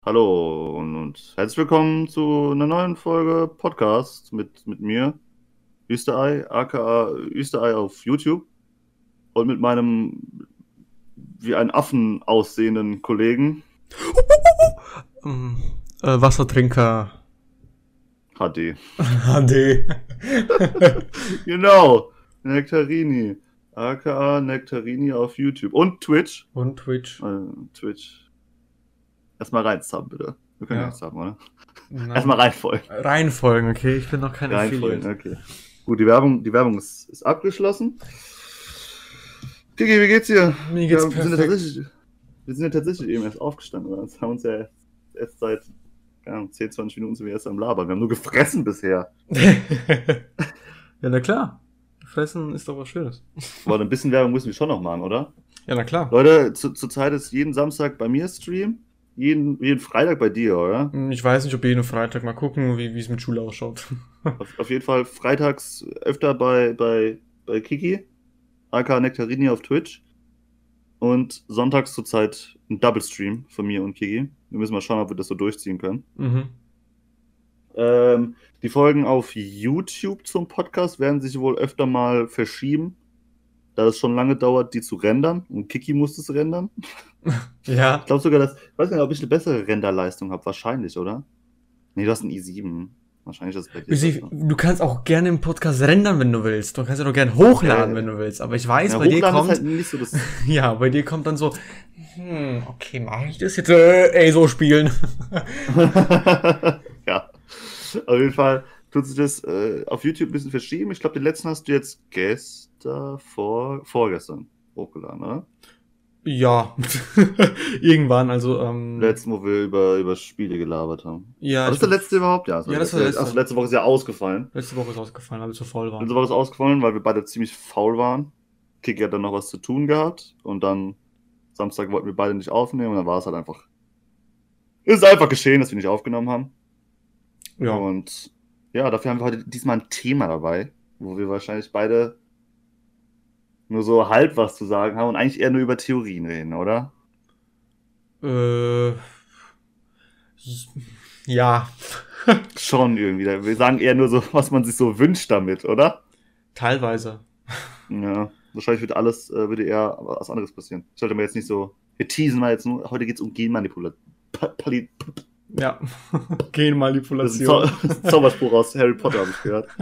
Hallo und herzlich willkommen zu einer neuen Folge Podcast mit mir, Österei, aka Österei auf YouTube und mit meinem wie ein Affen aussehenden Kollegen Ähm, Wassertrinker HD. HD. Genau, Nektarini, aka Nektarini auf YouTube und Twitch. Und Twitch. Twitch. Erstmal reinzappen, bitte. Wir können Ja. ja nichts haben, oder? Nein. Erstmal reinfolgen. Reinfolgen, okay? Ich bin noch kein Reinfolgen, Affiliate. okay. Gut, die Werbung ist abgeschlossen. Kiki, wie geht's dir? Mir geht's Wir sind perfekt. ja tatsächlich eben erst aufgestanden. Wir haben uns ja erst seit 10, 20 Minuten sind wir erst am Labern. Wir haben nur gefressen bisher. Ja, na klar. Fressen ist doch was Schönes. Aber ein bisschen Werbung müssen wir schon noch machen, oder? Ja, na klar. Leute, zurzeit ist jeden Samstag bei mir Stream. Jeden Freitag bei dir, oder? Ich weiß nicht, ob jeden Freitag mal gucken, wie es mit Schule ausschaut. Auf jeden Fall freitags öfter bei Kiki, aka Nektarini auf Twitch. Und sonntags zurzeit ein Double Stream von mir und Kiki. Wir müssen mal schauen, ob wir das so durchziehen können. Mhm. Die Folgen auf YouTube zum Podcast werden sich wohl öfter mal verschieben, da es schon lange dauert, die zu rendern. Und Kiki muss es rendern. Ja. Ich glaube sogar, ich weiß nicht, ob ich eine bessere Renderleistung habe. Wahrscheinlich, oder? Nee, du hast einen i7. Wahrscheinlich ist es bei dir. Üsi, du kannst auch gerne im Podcast rendern, wenn du willst. Du kannst ja doch gerne hochladen, wenn du willst. Aber ich weiß, Ja, bei dir hochladen kommt... ist halt nicht so das. Ja, bei dir kommt dann so... okay, mache ich das jetzt? So spielen. Ja. Auf jeden Fall tut sich das auf YouTube ein bisschen verschieben. Ich glaube, den letzten hast du jetzt vorgestern hochgeladen, oder? Ja, irgendwann, also, Letzten, wo wir über Spiele gelabert haben. ja, Aber das ist der letzte überhaupt? Ja, Ja, das war der letzte. Achso, letzte Woche ist ja ausgefallen. Letzte Woche ist ausgefallen, weil wir zu faul waren. Letzte Woche ist ausgefallen, weil wir beide ziemlich faul waren. Kiki hat dann noch was zu tun gehabt und dann Samstag wollten wir beide nicht aufnehmen und dann war es halt einfach. Ist einfach geschehen, dass wir nicht aufgenommen haben. Ja, Und ja, dafür haben wir heute diesmal ein Thema dabei, wo wir wahrscheinlich beide nur so halb was zu sagen haben und eigentlich eher nur über Theorien reden, oder? ja, Schon irgendwie. Wir sagen eher nur so, was man sich so wünscht damit, oder? teilweise. Ja, wahrscheinlich würde eher was anderes passieren. Sollte man jetzt nicht so. Wir teasen mal jetzt nur. Heute geht es um Genmanipulation. Ja, Das ist ein Genmanipulation. Zauberspruch aus Harry Potter, habe ich gehört.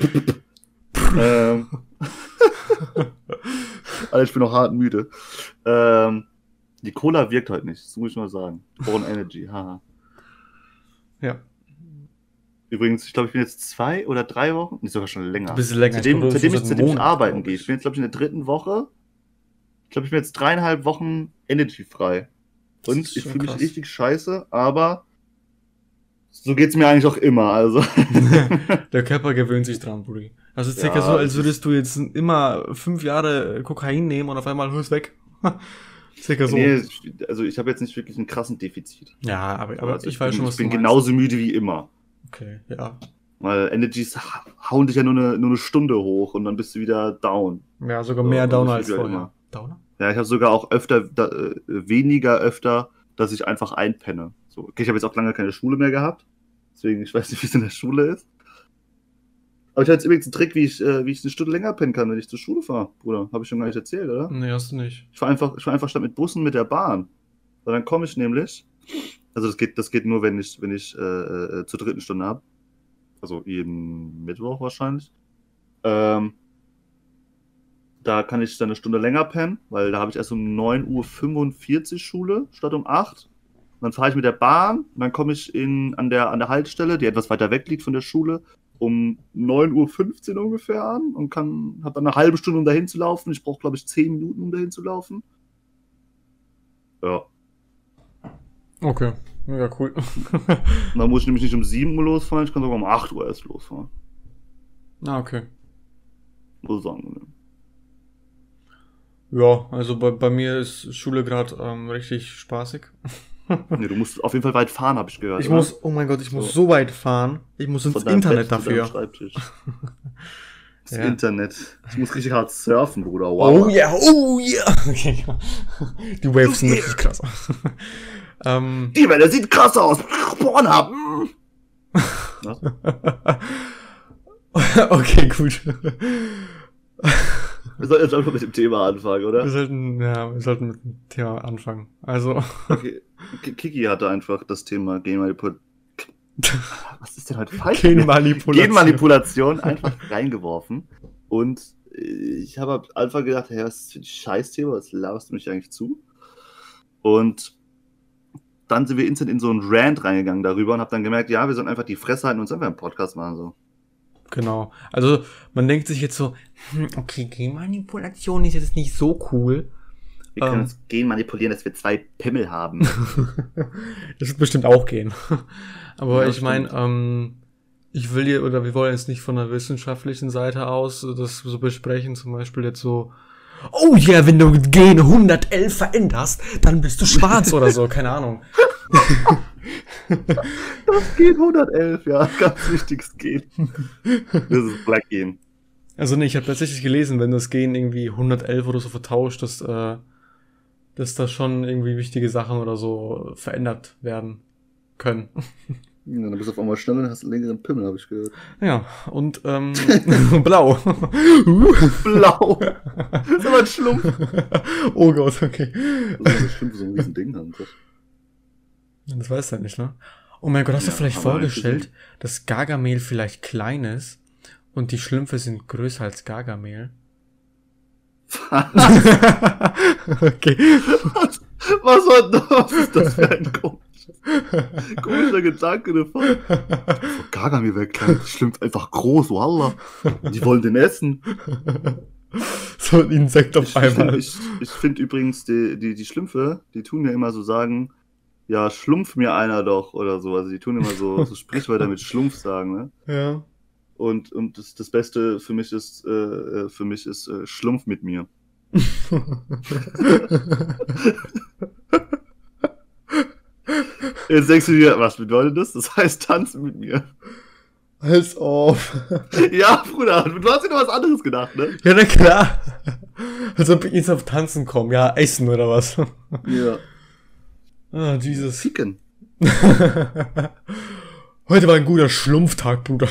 Alter, ich bin noch hart müde. Die Cola wirkt heute nicht, das muss ich mal sagen. Born Energy, haha. Ja, Übrigens, ich glaube, ich bin jetzt 2 oder 3 Wochen, nicht sogar schon länger. ein bisschen länger. Seitdem seit einem ich Monat, arbeiten glaub gehe. Ich bin jetzt, glaube ich, in der 3. Woche. Ich glaube, ich bin jetzt 3,5 Wochen energyfrei. Das Und ist ich schon fühle mich krass. richtig scheiße, aber so geht's mir eigentlich auch immer. Also. Der Körper gewöhnt sich dran, Brudi. Das ist Ja, circa so, als das würdest du jetzt immer 5 Jahre Kokain nehmen und auf einmal hörst weg. Circa so. Nee, also ich habe jetzt nicht wirklich einen krassen Defizit. Ja, aber Also ich weiß schon, was ich bin du meinst. genauso müde wie immer. Okay, ja. Weil Energies hauen dich ja nur eine Stunde hoch und dann bist du wieder down. Ja, sogar So, mehr und Downer das als ist ja vorher. immer. Downer? Ja, ich habe sogar auch weniger öfter, dass ich einfach einpenne. So, okay, ich habe jetzt auch lange keine Schule mehr gehabt. Deswegen, ich weiß nicht, wie es in der Schule ist. Aber ich habe jetzt übrigens einen Trick, wie ich eine Stunde länger pennen kann, wenn ich zur Schule fahre, Bruder. Habe ich schon gar nicht erzählt, oder? Nee, hast du nicht. Ich fahr einfach statt mit Bussen mit der Bahn. Weil dann komme ich nämlich. Also das geht nur, wenn ich zur 3. Stunde habe. Also jeden Mittwoch wahrscheinlich. Da kann ich dann eine Stunde länger pennen, weil da habe ich erst um 9:45 Uhr Schule statt um 8. Und dann fahre ich mit der Bahn und dann komme ich an der Haltestelle, die etwas weiter weg liegt von der Schule, um 9:15 Uhr ungefähr an und habe dann eine halbe Stunde, um dahin zu laufen. Ich brauche, glaube ich, 10 Minuten, um dahin zu laufen. Ja. Okay, mega cool. Und dann muss ich nämlich nicht um 7 Uhr losfahren, ich kann sogar um 8 Uhr erst losfahren. Okay. So sagen. Ja, also bei mir ist Schule gerade richtig spaßig. Nee, du musst auf jeden Fall weit fahren, habe ich gehört. Ich oder? muss, oh mein Gott, ich muss so weit fahren. Ich muss ins Von deinem Internet Bett zu deinem dafür. Schreibtisch. Das Ja. Internet. Ich muss richtig hart surfen, Bruder. Wow. Oh yeah, oh yeah. Okay. Die Waves sind richtig krass. Die Welle sieht krass aus. Pornhub. Was? Okay, gut. Wir sollten jetzt einfach mit dem Thema anfangen, oder? Wir sollten mit dem Thema anfangen. Also. Okay. Kiki hatte einfach das Thema Genmanipulation. Was ist denn heute falsch? Genmanipulation einfach reingeworfen. Und ich habe am Anfang gedacht, hey, was ist für ein Scheißthema? Was laberst du mich eigentlich zu? Und dann sind wir instant in so einen Rant reingegangen darüber und habe dann gemerkt, ja, wir sollen einfach die Fresse halten und uns einfach einen Podcast machen. So. Genau. Also man denkt sich jetzt so, okay, Genmanipulation ist jetzt nicht so cool. Wir können uns genmanipulieren, dass wir 2 Pimmel haben. Das wird bestimmt auch gehen. Aber Ja, ich meine, wir wollen jetzt nicht von der wissenschaftlichen Seite aus das so besprechen, zum Beispiel jetzt so, oh ja, wenn du Gen 111 veränderst, dann bist du schwarz oder so, keine Ahnung. Das Gen 111, ja, ganz wichtiges Gen. Das ist Black Gen. Also nee, ich habe tatsächlich gelesen, wenn das Gen irgendwie 111 oder so vertauscht, dass da schon irgendwie wichtige Sachen oder so verändert werden können. Ja, dann bist du auf einmal schneller und hast einen längeren Pimmel, habe ich gehört. Ja, und blau. Blau. Das ist aber ein Schlumpf. Oh Gott, okay. Das ist bestimmt so ein riesen Ding haben. Das weißt du halt nicht, ne? Oh mein Gott, hast du vielleicht aber vorgestellt, dass Gargamel vielleicht klein ist und die Schlümpfe sind größer als Gargamel? Okay. Was ist das für ein komischer Gedanke davon? Gargamel wäre klein, die Schlümpfe einfach groß, wallah. Die wollen den essen. So ein Insekt auf einmal. Ich finde übrigens, die Schlümpfe, die tun ja immer so sagen, ja, schlumpf mir einer doch, oder so. Also die tun immer so Sprichwörter mit Schlumpf sagen, ne? Ja. Und das Beste für mich ist Schlumpf mit mir. Jetzt denkst du dir, was bedeutet das? Das heißt tanzen mit mir. Als ob. Ja, Bruder, du hast dir noch was anderes gedacht, ne? Ja, na klar. Als ob ich jetzt auf Tanzen komme. Ja, essen oder was? Ja. Ah, Jesus. Ficken. Heute war ein guter Schlumpftag, Bruder.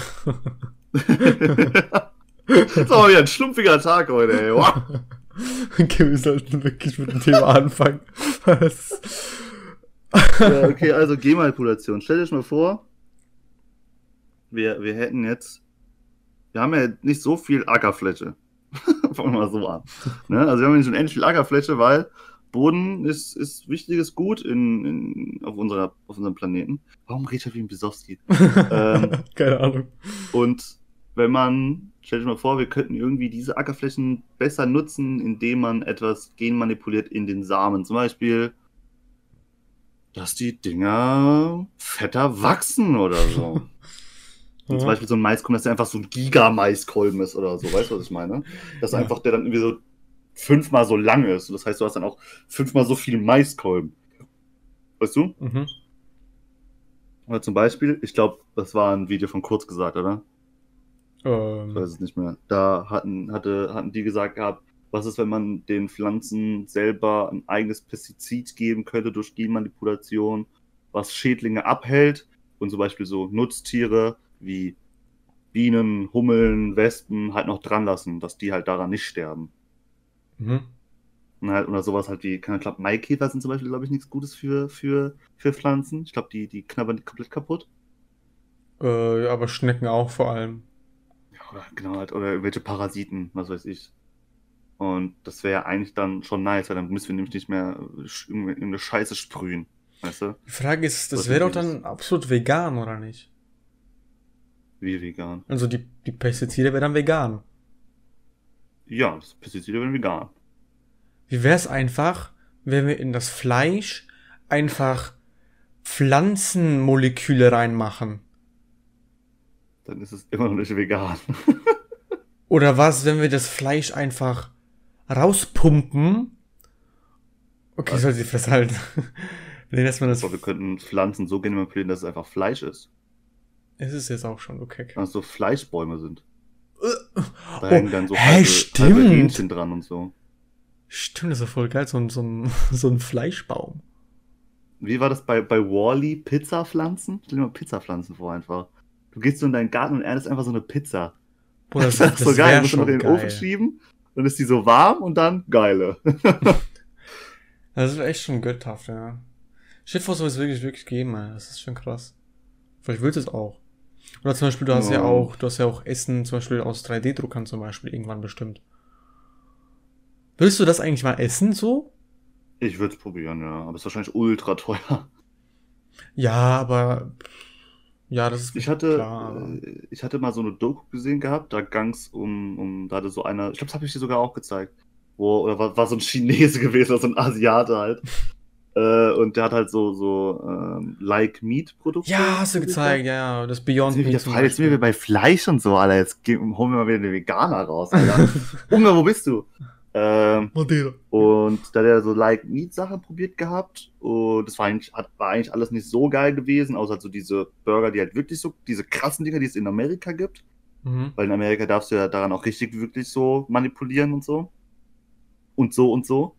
Das ist aber wieder ein schlumpfiger Tag heute, ey. Wow. Okay, wir sollten wirklich mit dem Thema anfangen. Ja, okay, also Genmanipulation. Stell dir mal vor, wir haben ja nicht so viel Ackerfläche. Fangen wir mal so an. Ne? Also wir haben ja nicht unendlich viel Ackerfläche, weil Boden ist wichtiges Gut auf unserem Planeten. Warum redet er wie ein Besowski? Keine Ahnung. Und stell dir mal vor, wir könnten irgendwie diese Ackerflächen besser nutzen, indem man etwas genmanipuliert in den Samen. Zum Beispiel, dass die Dinger fetter wachsen oder so. Und zum Beispiel so ein Maiskolben, dass der einfach so ein Giga-Maiskolben ist oder so. Weißt du, was ich meine? Dass einfach der dann irgendwie so 5-mal so lang ist. Und das heißt, du hast dann auch 5-mal so viel Maiskolben. Weißt du? Mhm. Oder zum Beispiel, ich glaube, das war ein Video von Kurz gesagt, oder? Ich weiß es nicht mehr. Da hatten die gesagt gehabt, was ist, wenn man den Pflanzen selber ein eigenes Pestizid geben könnte durch Genmanipulation, was Schädlinge abhält und zum Beispiel so Nutztiere wie Bienen, Hummeln, Wespen halt noch dran lassen, dass die halt daran nicht sterben. Mhm. Und halt, oder sowas halt wie, ich glaube, Maikäfer sind zum Beispiel, glaube ich, nichts Gutes für Pflanzen. Ich glaube, die knabbern die komplett kaputt. Ja, aber Schnecken auch vor allem. Ja, oder genau, halt, oder irgendwelche Parasiten, was weiß ich. Und das wäre ja eigentlich dann schon nice, weil dann müssen wir nämlich nicht mehr irgendeine Scheiße sprühen. Weißt du? Die Frage ist, das wäre doch dann absolut vegan, oder nicht? Wie vegan? Also die Pestizide wären dann vegan. Ja, das Pestizide werden vegan. Wie wäre es einfach, wenn wir in das Fleisch einfach Pflanzenmoleküle reinmachen? Dann ist es immer noch nicht vegan. Oder was, wenn wir das Fleisch einfach rauspumpen? Okay, soll sie festhalten. Nee, dass man das. Aber wir könnten Pflanzen so manipulieren, dass es einfach Fleisch ist. Es ist jetzt auch schon okay. Also Fleischbäume sind. Da hängen dann so halbe Hähnchen dran und so. Stimmt, das ist ja voll geil, so ein Fleischbaum. Wie war das bei Wall-E? Pizzapflanzen? Stell dir mal Pizzapflanzen vor einfach. Du gehst so in deinen Garten und erntest einfach so eine Pizza. Boah, Das ist so geil. Du wäre musst du noch in schon den Ofen geil. schieben, dann ist die so warm und dann geile. Das ist echt schon götthaft, ja. Shit, was soll es wirklich geben, ey. Das ist schon krass. Vielleicht wird es auch. Oder zum Beispiel, du hast ja auch Essen, zum Beispiel aus 3D-Druckern zum Beispiel, irgendwann bestimmt. Willst du das eigentlich mal essen, so? Ich würde es probieren, ja. Aber es ist wahrscheinlich ultra teuer. Ja, aber, ja, das ist Ich hatte, klar, aber. ich hatte mal so eine Doku gesehen gehabt, da gang's da hatte so einer, ich glaube, das habe ich dir sogar auch gezeigt, oder war so ein Chinese gewesen, oder so ein Asiate halt. Und der hat halt so Like Meat Produkte. Ja, hast du gezeigt, ja, das Beyond Meat zum Jetzt sind wir Beispiel. bei Fleisch und so, Alter. Holen wir mal wieder den Veganer raus, Alter. Ungar, wo bist du? Madeira. Und da hat er so Like Meat Sachen probiert gehabt und das war eigentlich alles nicht so geil gewesen, außer halt so diese Burger, die halt wirklich so, diese krassen Dinger, die es in Amerika gibt. Mhm. Weil in Amerika darfst du ja daran auch richtig wirklich so manipulieren und so. Und so und so.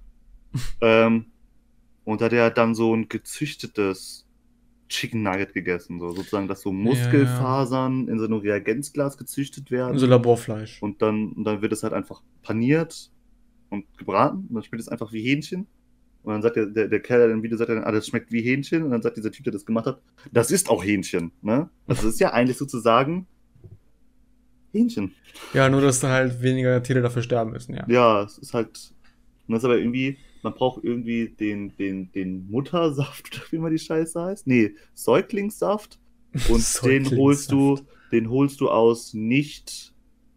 Und da hat er dann so ein gezüchtetes Chicken Nugget gegessen, so sozusagen, dass so Muskelfasern in so einem Reagenzglas gezüchtet werden. So Laborfleisch. Und dann wird es halt einfach paniert und gebraten. Und dann schmeckt es einfach wie Hähnchen. Und dann sagt der Kerl, der im Video sagt, das schmeckt wie Hähnchen. Und dann sagt dieser Typ, der das gemacht hat, das ist auch Hähnchen. Ne? Also das ist ja eigentlich sozusagen Hähnchen. Ja, nur dass da halt weniger Tiere dafür sterben müssen, ja. Ja, es ist halt. Und das ist aber irgendwie, man braucht irgendwie den Muttersaft, wie man die Scheiße heißt. Nee, Säuglingssaft. Und den holst du aus nicht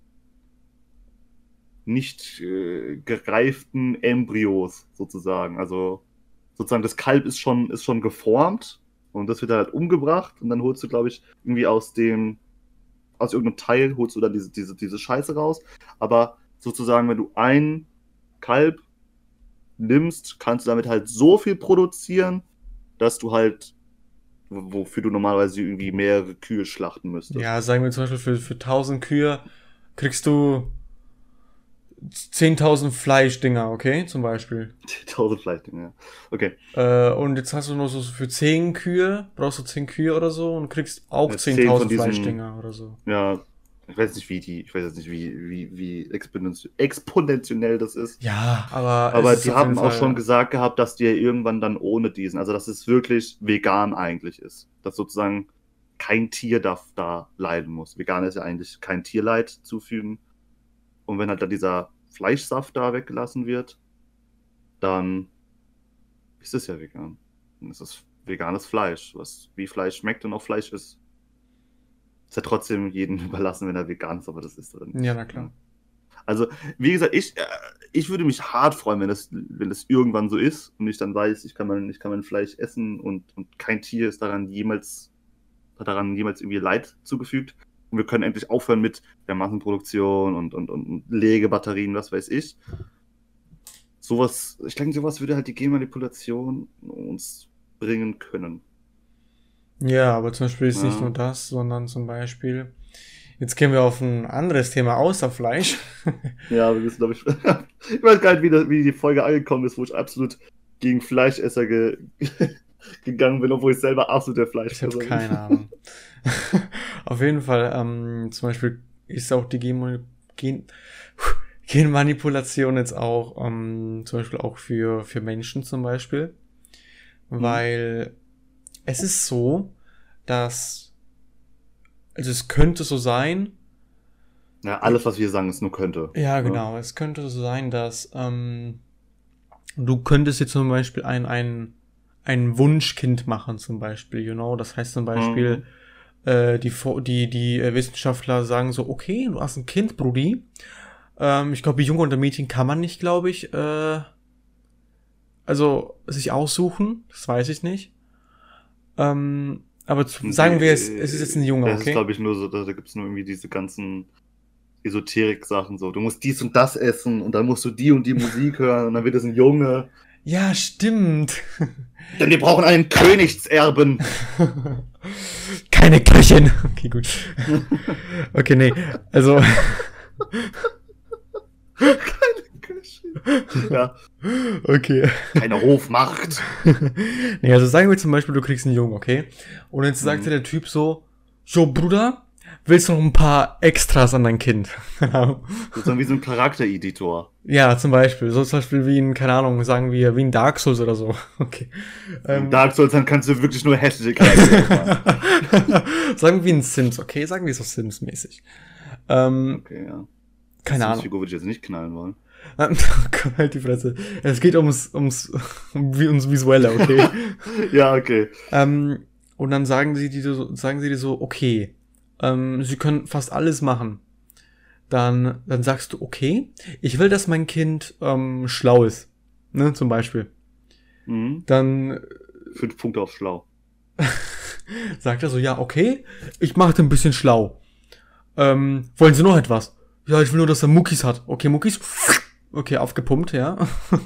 gereiften Embryos sozusagen. Also sozusagen das Kalb ist schon geformt und das wird dann halt umgebracht und dann holst du, glaube ich, irgendwie aus irgendeinem Teil holst du dann diese Scheiße raus. Aber sozusagen, wenn du ein Kalb nimmst, kannst du damit halt so viel produzieren, dass du halt, wofür du normalerweise irgendwie mehrere Kühe schlachten müsstest. Ja, sagen wir zum Beispiel für 1000 Kühe kriegst du 10.000 Fleischdinger, okay? Zum Beispiel. 1000 Fleischdinger, ja. Okay. Und jetzt hast du nur so für 10 Kühe, brauchst du 10 Kühe oder so und kriegst auch Ja, 10 10.000 von diesen- Fleischdinger oder so. Ja, ich weiß jetzt nicht, wie exponentiell das ist. Ja, aber Aber es ist die auf haben jeden auch Fall- schon gesagt gehabt, dass die ja irgendwann dann ohne diesen, also dass es wirklich vegan eigentlich ist. Dass sozusagen kein Tier da leiden muss. Vegan ist ja eigentlich kein Tierleid zufügen. Und wenn halt dann dieser Fleischsaft da weggelassen wird, dann ist es ja vegan. Dann ist es veganes Fleisch, was wie Fleisch schmeckt und auch Fleisch ist. Ist ja trotzdem jedem überlassen, wenn er vegan ist, aber das ist dann. Ja, na klar. Also, wie gesagt, ich würde mich hart freuen, wenn das irgendwann so ist und ich dann weiß, ich kann mein Fleisch essen und kein Tier ist daran jemals irgendwie Leid zugefügt. Und wir können endlich aufhören mit der Massenproduktion und Legebatterien, was weiß ich. Ich denke, sowas würde halt die Genmanipulation uns bringen können. Ja, aber zum Beispiel ist Ja. nicht nur das, sondern zum Beispiel, jetzt gehen wir auf ein anderes Thema außer Fleisch. Ja, wir wissen, glaube ich, ich weiß gar nicht, wie die Folge angekommen ist, wo ich absolut gegen Fleischesser gegangen bin, obwohl ich selber absolut der Ich Fleischesser habe bin. keine Ahnung. Auf jeden Fall, zum Beispiel ist auch die Genmanipulation jetzt auch, zum Beispiel auch für Menschen zum Beispiel. Weil es ist so, dass, also es könnte so sein, Ja, alles, was wir sagen, ist nur könnte. ja genau, es könnte so sein, dass du könntest jetzt zum Beispiel ein Wunschkind machen zum Beispiel, das heißt zum Beispiel, die Wissenschaftler sagen so, okay, du hast ein Kind, Brudi. Ich glaube, Junge und Mädchen kann man nicht, glaube ich, also sich aussuchen, das weiß ich nicht. Aber sagen wir es ist jetzt ein Junge, Das ist, okay? glaube ich, nur so, da gibt es nur irgendwie diese ganzen Esoterik-Sachen so. Du musst dies und das essen und dann musst du die und die Musik hören und dann wird es ein Junge. Ja, stimmt. Denn wir brauchen einen Königserben. Keine Köchin. Okay, gut. Okay, nee. Also. Ja, Okay. keine Hofmacht. Nee, also sagen wir zum Beispiel, du kriegst einen Jungen, okay? Und jetzt sagt dir der Typ so, Bruder, willst du noch ein paar Extras an dein Kind? Sozusagen wie so ein Charaktereditor. Ja, zum Beispiel. So zum Beispiel wie ein, keine Ahnung, sagen wir, wie ein Dark Souls oder so. Okay. In Dark Souls, dann kannst du wirklich nur hässliche Charaktere machen. Sagen wir wie ein Sims, okay? Sagen wir so Sims-mäßig. Okay, ja. Keine Ahnung. Figur würde ich jetzt nicht knallen wollen. Halt die Fresse. Es geht ums Visuelle, okay? Ja, okay. Und dann sagen sie dir so, okay, sie können fast alles machen. Dann sagst du, okay, ich will, dass mein Kind schlau ist. Ne, zum Beispiel. Mhm. Dann 5 Punkte auf schlau. sagt er so, ja, okay, ich mache den ein bisschen schlau. Wollen Sie noch etwas? Ja, ich will nur, dass er Muckis hat. Okay, Muckis. Okay, aufgepumpt, ja.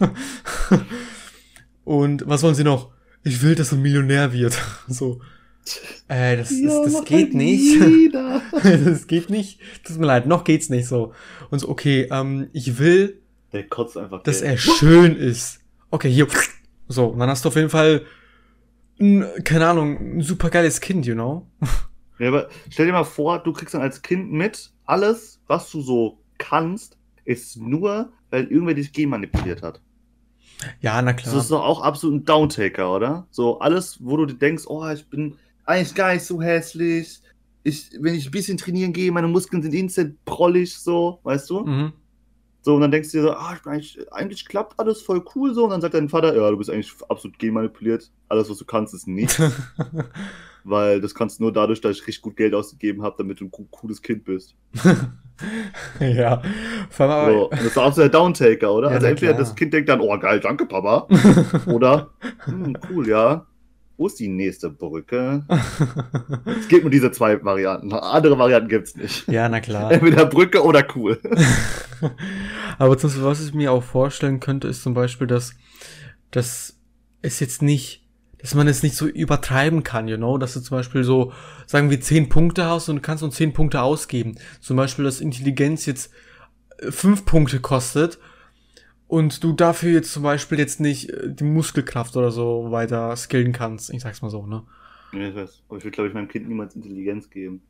Und was wollen Sie noch? Ich will, dass er Millionär wird. So. Das geht nicht. Das geht nicht. Tut mir leid, noch geht's nicht so. Und so, okay, ich will, Der kotzt einfach dass Geld. er schön ist. Okay, hier. So, und dann hast du auf jeden Fall, keine Ahnung, ein super geiles Kind, you know? Ja, aber stell dir mal vor, du kriegst dann als Kind mit, alles, was du so kannst, ist nur, weil irgendwer dich genmanipuliert hat. Ja, na klar. Das ist doch auch absolut ein Downtaker, oder? So alles, wo du dir denkst, oh, ich bin eigentlich gar nicht so hässlich. Wenn ich ein bisschen trainieren gehe, meine Muskeln sind instant prollig, so, weißt du? Mhm. So, und dann denkst du dir so, ich bin eigentlich klappt alles voll cool so. Und dann sagt dein Vater, ja, du bist eigentlich absolut genmanipuliert. Alles, was du kannst, ist nichts. Weil das kannst du nur dadurch, dass ich richtig gut Geld ausgegeben habe, damit du ein cooles Kind bist. Ja. Vor allem aber, So, und das ist auch so der Downtaker, oder? Ja, Also na entweder klar. das Kind denkt dann, oh geil, danke Papa. Oder, cool, ja. Wo ist die nächste Brücke? Es gibt nur diese 2 Varianten. Andere Varianten gibt's nicht. Ja, na klar. Entweder Brücke oder cool. Aber zum Beispiel, was ich mir auch vorstellen könnte, ist zum Beispiel, dass es jetzt nicht, dass man es nicht so übertreiben kann, you know, dass du zum Beispiel so, sagen wir 10 Punkte hast und du kannst nur 10 Punkte ausgeben. Zum Beispiel, dass Intelligenz jetzt 5 Punkte kostet und du dafür jetzt zum Beispiel jetzt nicht die Muskelkraft oder so weiter skillen kannst. Ich sag's mal so, ne? Ja, ich weiß. Aber ich würde, glaube ich, meinem Kind niemals Intelligenz geben.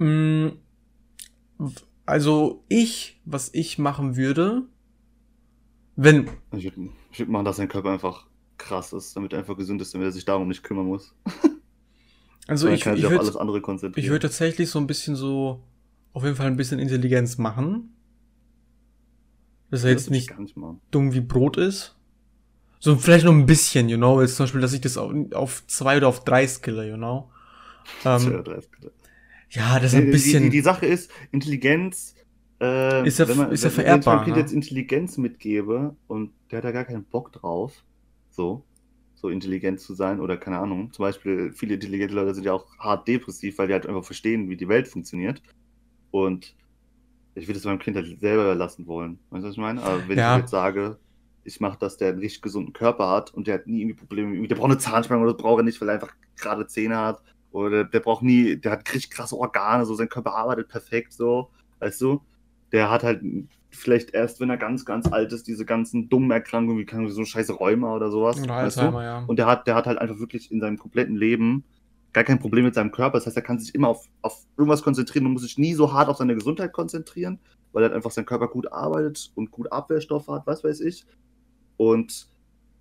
Also was ich machen würde, wenn, Ich würd machen, dass sein Körper einfach krass ist, damit er einfach gesund ist, damit er sich darum nicht kümmern muss. also Weil er ich kann sich auf alles würde andere konzentrieren. ich würde tatsächlich so ein bisschen so, auf jeden Fall ein bisschen Intelligenz machen. Dass er Das jetzt würd ich nicht gar nicht machen. dumm wie Brot ist. So vielleicht noch ein bisschen, you know, jetzt zum Beispiel, dass ich das auf 2 oder auf 3 skille, you know. Das wäre dreist. Ja, das ist ein bisschen, Die Sache ist, Intelligenz, Ist ja wenn ich vererbbar, meinem Kind ne? jetzt Intelligenz mitgebe und der hat da gar keinen Bock drauf, so intelligent zu sein oder keine Ahnung. Zum Beispiel, viele intelligente Leute sind ja auch hart depressiv, weil die halt einfach verstehen, wie die Welt funktioniert. Und ich würde es meinem Kind halt selber überlassen wollen. Weißt du, was ich meine? Aber wenn Ja. ich jetzt sage, ich mache, dass der einen richtig gesunden Körper hat und der hat nie irgendwie Probleme, der braucht eine Zahnspange oder das braucht er nicht, weil er einfach gerade Zähne hat. Oder der braucht nie, der hat richtig krasse Organe, so sein Körper arbeitet perfekt, so, weißt du? Der hat halt vielleicht erst, wenn er ganz, ganz alt ist, diese ganzen dummen Erkrankungen, wie kann so scheiße Rheuma oder sowas. Oder weißt Alzheimer, du? ja. Und der hat halt einfach wirklich in seinem kompletten Leben gar kein Problem mit seinem Körper. Das heißt, er kann sich immer auf irgendwas konzentrieren und muss sich nie so hart auf seine Gesundheit konzentrieren, weil er einfach sein Körper gut arbeitet und gut Abwehrstoffe hat, was weiß ich. Und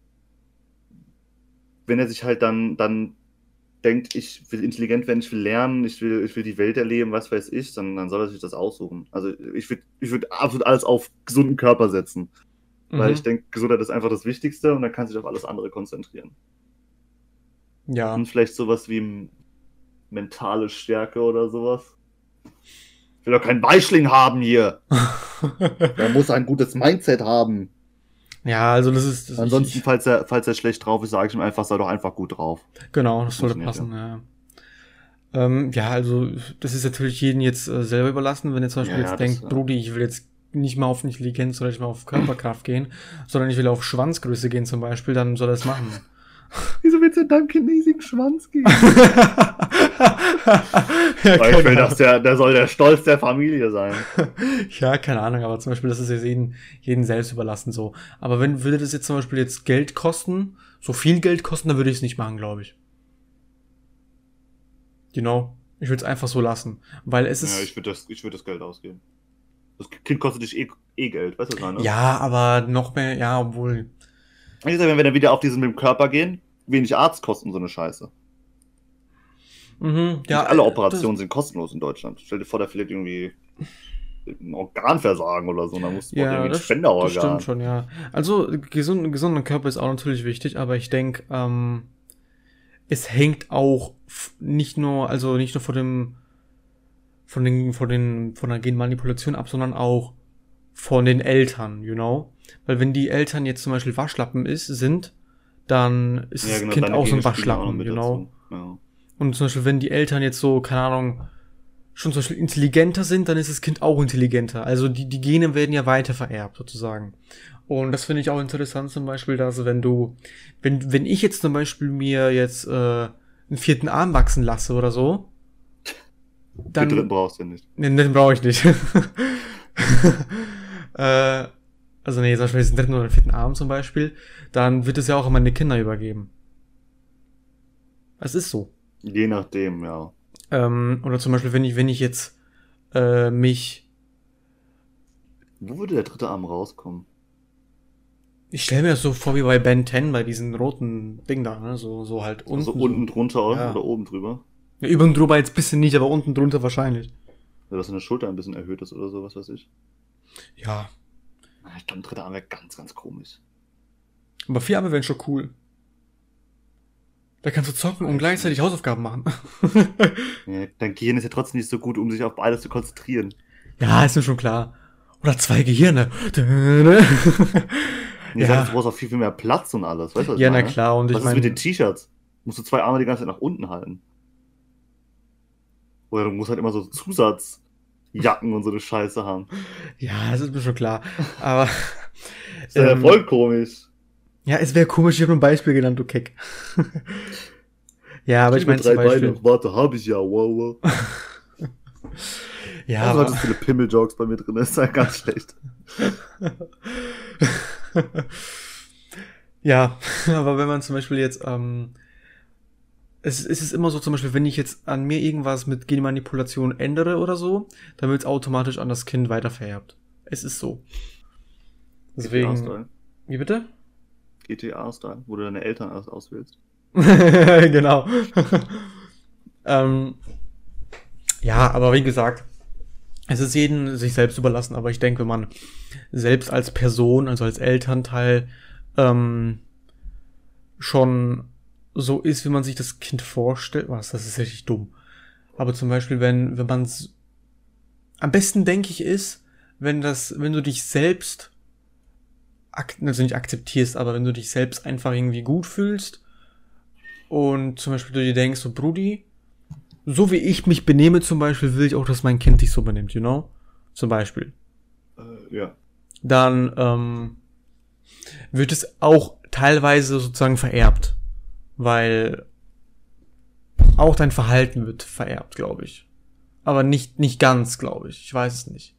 wenn er sich halt dann denkt, ich will intelligent werden, ich will lernen, ich will die Welt erleben, was weiß ich, dann soll er sich das aussuchen. Also ich würd absolut alles auf gesunden Körper setzen. Weil ich denke, Gesundheit ist einfach das Wichtigste und dann kann sich auf alles andere konzentrieren. Ja. Und vielleicht sowas wie mentale Stärke oder sowas. Ich will doch keinen Weichling haben hier. Er muss ein gutes Mindset haben. Ja, also das ist. Ansonsten, falls er schlecht drauf ist, sage ich ihm einfach, sei doch einfach gut drauf. Genau, das sollte Funktioniert, passen, ja. Ja, also das ist natürlich jedem jetzt selber überlassen, wenn er zum Beispiel Ja, jetzt das, denkt, Brudi, ich will jetzt nicht mal auf Intelligenz oder nicht mal auf Körperkraft gehen, sondern ich will auf Schwanzgröße gehen zum Beispiel, dann soll er es machen. Wieso willst du deinem Kind einen riesigen Schwanz geben? Weil ich will, dass der soll der Stolz der Familie sein. Ja, keine Ahnung, aber zum Beispiel, das ist ja jeden selbst überlassen so. Aber würde das jetzt zum Beispiel jetzt Geld kosten, so viel Geld kosten, dann würde ich es nicht machen, glaube ich. Genau. Ich würde es einfach so lassen. Weil es ist. Ja, ich würd das Geld ausgeben. Das Kind kostet dich eh Geld, weißt du, was ich meine? Ja, aber noch mehr, ja, obwohl. Ich sag, wenn wir dann wieder auf diesen mit dem Körper gehen, wenig Arztkosten, so eine Scheiße. Mhm, ja. Nicht alle Operationen sind kostenlos in Deutschland. Stell dir vor, da vielleicht irgendwie ein Organversagen oder so, dann musst du irgendwie ein Spenderorgan. Das stimmt schon, ja. Also, gesunder Körper ist auch natürlich wichtig, aber ich denke, es hängt auch nicht nur von der Genmanipulation ab, sondern auch von den Eltern, you know? Weil wenn die Eltern jetzt zum Beispiel Waschlappen sind, dann ist das Kind auch so ein Waschlappen, you know? Ja. Und zum Beispiel, wenn die Eltern jetzt so, keine Ahnung, schon zum Beispiel intelligenter sind, dann ist das Kind auch intelligenter. Also die Gene werden ja weiter vererbt, sozusagen. Und das finde ich auch interessant zum Beispiel, dass wenn ich jetzt zum Beispiel mir jetzt einen 4. Arm wachsen lasse oder so, dann... Den dritten brauchst du nicht. Nee, den brauche ich nicht. Also nee, zum Beispiel den 3. oder 4. Arm zum Beispiel, dann wird es ja auch an meine Kinder übergeben. Es ist so. Je nachdem, ja. Oder zum Beispiel, wenn ich jetzt mich... Wo würde der 3. Arm rauskommen? Ich stelle mir das so vor wie bei Ben 10, bei diesen roten Ding da, ne? So halt unten. Also unten drunter oder oben drüber? Ja, über und drüber jetzt ein bisschen nicht, aber unten drunter wahrscheinlich. Ja, dass deine Schulter ein bisschen erhöht ist oder so, was weiß ich. Ja. Ich glaube, ein 3. Arm wäre ganz, ganz komisch. Aber 4 Arme wären schon cool. Da kannst du zocken und gleichzeitig Hausaufgaben machen. Ja, dein Gehirn ist ja trotzdem nicht so gut, um sich auf beides zu konzentrieren. Ja, ist mir schon klar. Oder 2 Gehirne. Ja. Du brauchst auch viel, viel mehr Platz und alles, weißt du, was ich meine? Na klar. Und was ist mit den T-Shirts? Musst du 2 Arme die ganze Zeit nach unten halten? Oder du musst halt immer so Zusatzjacken und so eine Scheiße haben. Ja, das ist mir schon klar. Aber... Das ist ja voll komisch. Ja, es wäre komisch, ich habe ein Beispiel genannt, du Keck. Ja, aber ich meine zum Beispiel... Beine. Warte, hab ich ja, wow. Ja, also hat es viele Pimmel-Jokes bei mir drin, das ist ja ganz schlecht. Ja, aber wenn man zum Beispiel jetzt, es ist immer so, zum Beispiel, wenn ich jetzt an mir irgendwas mit Genmanipulation ändere oder so, dann wird es automatisch an das Kind weitervererbt. Es ist so. Deswegen. Wie bitte? GTA-Style, wo du deine Eltern auswählst. Genau. Ja, aber wie gesagt, es ist jedem sich selbst überlassen, aber ich denke, wenn man selbst als Person, also als Elternteil, schon so ist, wie man sich das Kind vorstellt, das ist richtig dumm. Aber zum Beispiel, wenn man es, am besten denke ich ist, wenn du dich selbst, also nicht akzeptierst, aber wenn du dich selbst einfach irgendwie gut fühlst und zum Beispiel du dir denkst, so Brudi, so wie ich mich benehme zum Beispiel, will ich auch, dass mein Kind sich so benimmt, you know? Zum Beispiel. Ja. Dann wird es auch teilweise sozusagen vererbt. Weil auch dein Verhalten wird vererbt, glaube ich. Aber nicht ganz, glaube ich. Ich weiß es nicht.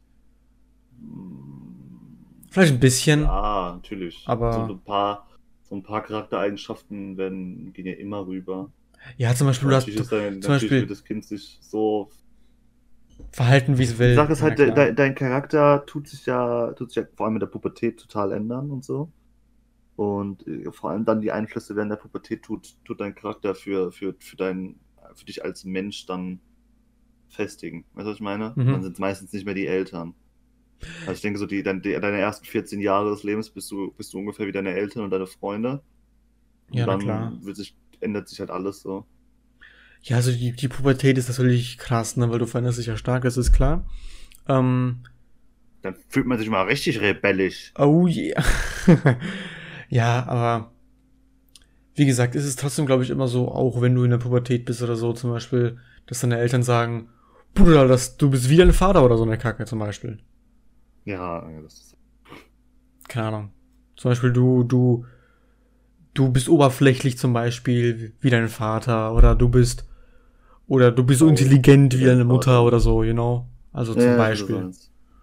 Vielleicht ein bisschen. Ja, natürlich. Aber so ein paar Charaktereigenschaften gehen ja immer rüber. Ja, zum Beispiel, natürlich wird das Kind sich so verhalten, wie es will. Die Sache ist halt, dein Charakter tut sich ja vor allem in der Pubertät total ändern und so. Und vor allem dann die Einflüsse während der Pubertät tut dein Charakter für dich als Mensch dann festigen. Weißt du, was ich meine? Dann sind es meistens nicht mehr die Eltern. Also ich denke so, deine ersten 14 Jahre des Lebens bist du ungefähr wie deine Eltern und deine Freunde. Und ja, dann klar. ändert sich halt alles so. Ja, also die Pubertät ist natürlich krass, ne, weil du veränderst dich ja stark, das ist klar. Dann fühlt man sich mal richtig rebellisch. Oh yeah. Ja, aber wie gesagt, ist es trotzdem, glaube ich, immer so, auch wenn du in der Pubertät bist oder so, zum Beispiel, dass deine Eltern sagen, Bruder, du bist wie dein Vater oder so eine Kacke zum Beispiel. Ja, das ist... Keine Ahnung. Zum Beispiel, du bist oberflächlich zum Beispiel wie dein Vater oder du bist Oder du bist so intelligent wie deine Mutter oder so, you know? Also zum Beispiel.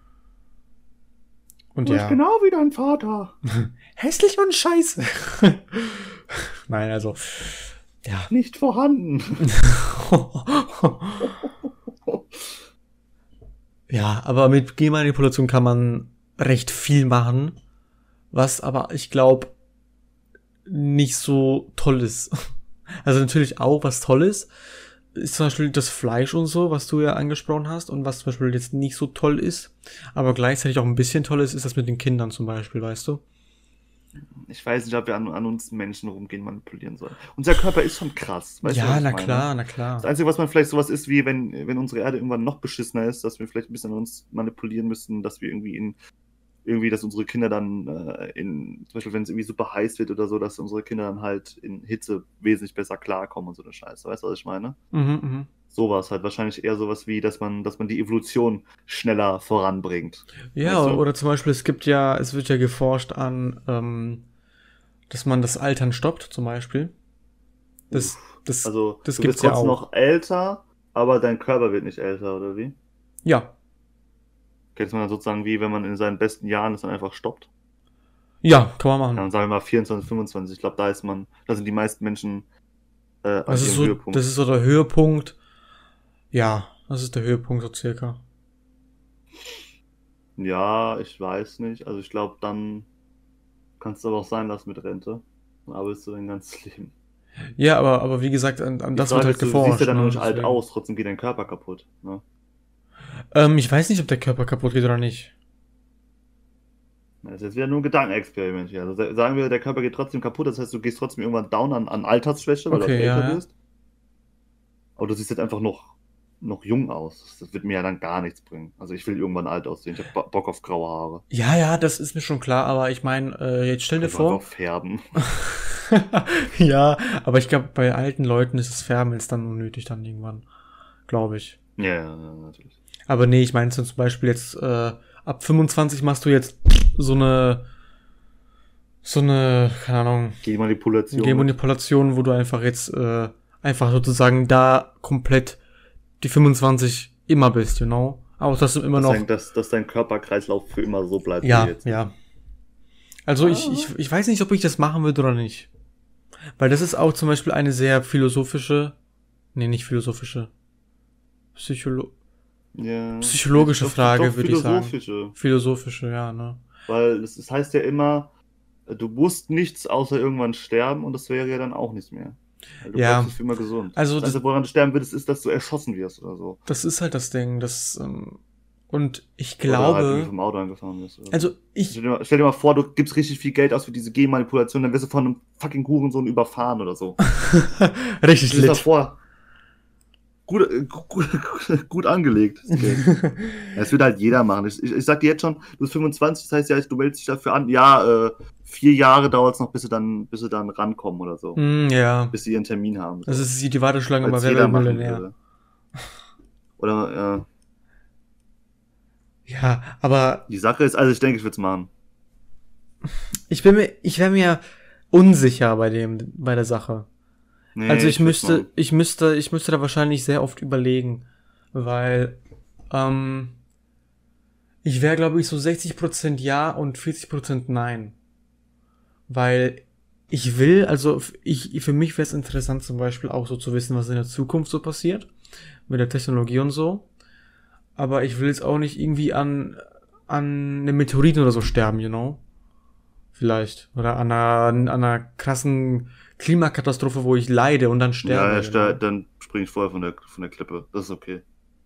Und du bist genau wie dein Vater. Hässlich und scheiße. Nein, also, ja. Nicht vorhanden. Ja, aber mit Genmanipulation kann man recht viel machen, was aber, ich glaube, nicht so toll ist. Also natürlich auch was Tolles ist zum Beispiel das Fleisch und so, was du ja angesprochen hast und was zum Beispiel jetzt nicht so toll ist, aber gleichzeitig auch ein bisschen toll ist das mit den Kindern zum Beispiel, weißt du? Ich weiß nicht, ob wir an uns Menschen rumgehen manipulieren sollen. Unser Körper ist schon krass. Weißt du, Ja, was ich na meine? klar, na klar. Das Einzige, was man vielleicht sowas ist, wie wenn unsere Erde irgendwann noch beschissener ist, dass wir vielleicht ein bisschen an uns manipulieren müssen, dass wir dass unsere Kinder dann zum Beispiel, wenn es irgendwie super heiß wird oder so, dass unsere Kinder dann halt in Hitze wesentlich besser klarkommen und so eine Scheiße. Weißt du, was ich meine? Sowas halt. Wahrscheinlich eher sowas wie, dass man die Evolution schneller voranbringt. Ja, Weißt du? oder zum Beispiel, es wird ja geforscht an, dass man das Altern stoppt, zum Beispiel. Das Also, das du gibt's wirst ja trotzdem auch. noch älter, aber dein Körper wird nicht älter, oder wie? Ja. Kennt man dann sozusagen wie, wenn man in seinen besten Jahren es dann einfach stoppt? Ja, kann man Ja, machen. dann sagen wir mal 24, 25. Ich glaube, da sind die meisten Menschen an Das ist ihrem so, Höhepunkt. das ist so der Höhepunkt. Ja, das ist der Höhepunkt so circa. Ja, ich weiß nicht. Also ich glaube, dann kannst du aber auch sein lassen mit Rente. Dann arbeitest du dein ganzes Leben. Ja, aber wie gesagt, an das wird halt Du siehst geforscht. ja dann Ne? noch nicht alt Deswegen. aus, trotzdem geht dein Körper kaputt. Ne? Ich weiß nicht, ob der Körper kaputt geht oder nicht. Das ist jetzt wieder nur ein Gedankenexperiment hier. Also sagen wir, der Körper geht trotzdem kaputt, das heißt, du gehst trotzdem irgendwann down an Altersschwäche, weil du Okay, älter ja. wirst. Aber du siehst jetzt einfach noch jung aus. Das wird mir ja dann gar nichts bringen. Also ich will irgendwann alt aussehen. Ich habe Bock auf graue Haare. Ja, das ist mir schon klar, aber ich meine, jetzt stell dir Einfach vor. färben. Ja, aber ich glaube, bei alten Leuten ist das Färben jetzt dann unnötig dann irgendwann. Glaube ich. Ja, natürlich. Aber nee, ich meine zum Beispiel jetzt, ab 25 machst du jetzt so eine, keine Ahnung, Genmanipulation, wo du einfach jetzt, einfach sozusagen da komplett die 25 immer bist, you know? Aber dass du immer noch. Dass dein Körperkreislauf für immer so bleibt Ja, wie jetzt. ja. Also ich weiß nicht, ob ich das machen würde oder nicht. Weil das ist auch zum Beispiel eine sehr nicht philosophische, psychologische Frage, würde ich sagen. Philosophische, ja, ne? Weil es heißt ja immer, du musst nichts außer irgendwann sterben und das wäre ja dann auch nicht mehr. Weil du bleibst für immer gesund. Also das Einzige, woran du sterben würdest, ist, dass du erschossen wirst oder so. Das ist halt das Ding, und ich Oder halt irgendwie glaube, vom Auto angefahren wirst. Oder also so. Stell dir mal vor, du gibst richtig viel Geld aus für diese Genmanipulation, dann wirst du von einem fucking Hurensohn überfahren oder so. richtig Stell dir lit. vor. Gut angelegt. Das Geld. Das wird halt jeder machen. Ich sag dir jetzt schon, du bist 25, das heißt ja, du meldest dich dafür an. Ja, 4 Jahre dauert es noch, bis sie dann rankommen oder so. Ja. Bis sie ihren Termin haben. Das ist die Warteschlange Als bei jeder Wer wird machen Millionär. würde. Oder, ja. Ja, aber Die Sache ist, also ich denke, ich würde es machen. ich wäre mir unsicher bei der Sache. Nee, Also ich müsste würd's da wahrscheinlich sehr oft überlegen, weil ich wäre, glaube ich, so 60% ja und 40% nein. Weil ich will, also für mich wäre es interessant zum Beispiel auch so zu wissen, was in der Zukunft so passiert, mit der Technologie und so. Aber ich will jetzt auch nicht irgendwie an einem Meteoriten oder so sterben, you know? Vielleicht. Oder an einer krassen Klimakatastrophe, wo ich leide und dann sterbe. Ja, dann springe ich vorher von der Klippe. Das ist okay.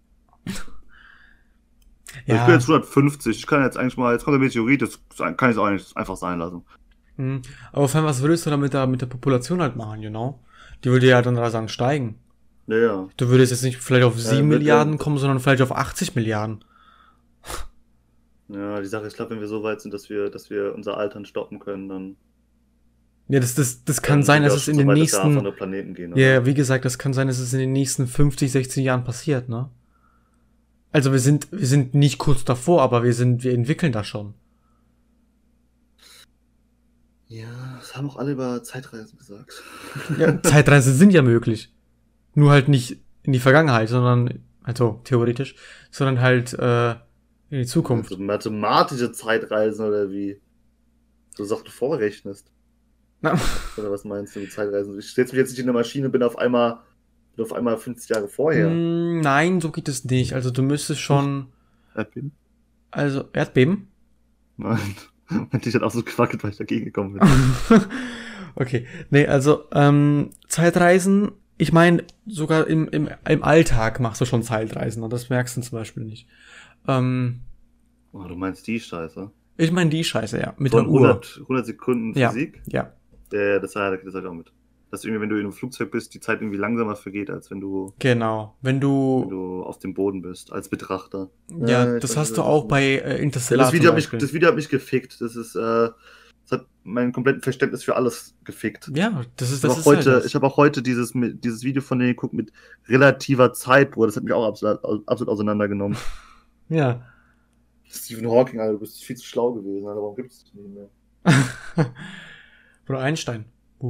Ja. Ich bin jetzt 150. Ich kann jetzt eigentlich mal, jetzt kommt der Meteorit, das kann ich auch nicht einfach sein lassen. Aber vor allem, was würdest du da mit der Population halt machen, you know? Die würde ja dann rasant steigen. Ja. Du würdest jetzt nicht vielleicht auf 7 Milliarden kommen, sondern vielleicht auf 80 Milliarden. Ja, die Sache ist, ich glaube, wenn wir so weit sind, dass wir unser Altern stoppen können, dann. Ja, das kann sein, dass es in den nächsten. Andere Planeten gehen, ja, wie gesagt, das kann sein, dass es in den nächsten 50, 16 Jahren passiert, ne? Also wir sind nicht kurz davor, aber wir entwickeln das schon. Ja, das haben auch alle über Zeitreisen gesagt. Ja, Zeitreisen sind ja möglich. Nur halt nicht in die Vergangenheit, sondern, also theoretisch, sondern halt in die Zukunft. Also mathematische Zeitreisen oder wie? So Sachen vorrechnest. Na, Oder was meinst du mit Zeitreisen? Ich setze mich jetzt nicht in eine Maschine, bin auf einmal 50 Jahre vorher. nein, so geht es nicht. Also du müsstest schon, Erdbeben? also Erdbeben? Nein. Ich hätte auch so gewackelt, weil ich dagegen gekommen bin. Okay, nee, also Zeitreisen, ich meine, sogar im Alltag machst du schon Zeitreisen und das merkst du zum Beispiel nicht. Oh, du meinst die Scheiße? Ich meine die Scheiße, ja, mit Von der Uhr. 100 Sekunden Ja, Physik? ja, Ja, das sag ich auch mit. Dass irgendwie, wenn du in einem Flugzeug bist, die Zeit irgendwie langsamer vergeht, als wenn du genau. Wenn du, auf dem Boden bist, als Betrachter. ja, Ich das weiß, hast was du du auch meinst. bei Ja, Interstellar das zum Video Beispiel. hat mich gefickt. Das hat mein komplettes Verständnis für alles gefickt. Ja, das ist Ich halt habe das. auch heute dieses Video von denen geguckt mit relativer Zeit, Bruder. Das hat mich auch absolut auseinandergenommen. Ja. Stephen Hawking, Alter, du bist viel zu schlau gewesen, Alter. Warum gibt es dich nicht mehr? Oder Einstein.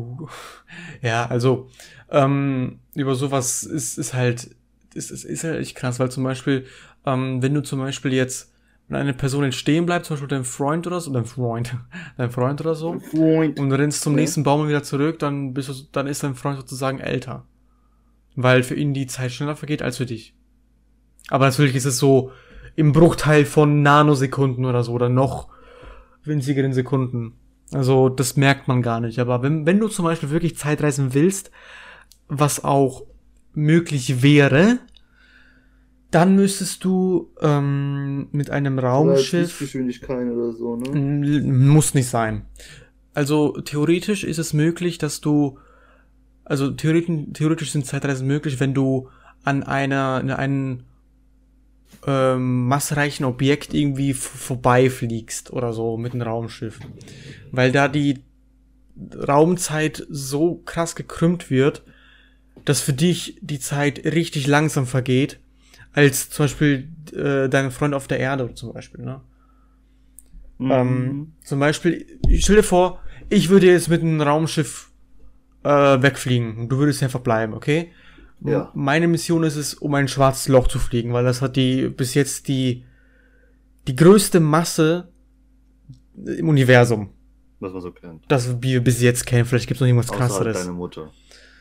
Ja, also über sowas ist halt echt krass, weil zum Beispiel, wenn du zum Beispiel jetzt, wenn eine Person jetzt stehen bleibt, zum Beispiel dein Freund oder so, dein Freund oder so, Freund. und du rennst zum Ja. nächsten Baum und wieder zurück, dann ist dein Freund sozusagen älter. Weil für ihn die Zeit schneller vergeht als für dich. Aber natürlich ist es so im Bruchteil von Nanosekunden oder so, oder noch winzigeren Sekunden. Also das merkt man gar nicht. Aber wenn du zum Beispiel wirklich Zeitreisen willst, was auch möglich wäre, dann müsstest du mit einem Raumschiff... Lichtgeschwindigkeit oder so, ne? Muss nicht sein. Also theoretisch ist es möglich, dass du... Also theoretisch sind Zeitreisen möglich, wenn du an einem massereichen Objekt irgendwie vorbeifliegst oder so mit einem Raumschiff. Weil da die Raumzeit so krass gekrümmt wird, dass für dich die Zeit richtig langsam vergeht, als zum Beispiel deine Freunde auf der Erde zum Beispiel, ne? Zum Beispiel, stell dir vor, ich würde jetzt mit einem Raumschiff wegfliegen und du würdest einfach bleiben, okay? Ja. Meine Mission ist es, um ein schwarzes Loch zu fliegen, weil das hat bis jetzt die größte Masse im Universum. Was man so kennt. Das wir bis jetzt kennen. Vielleicht gibt es noch irgendwas Außer halt krasseres. deine Mutter.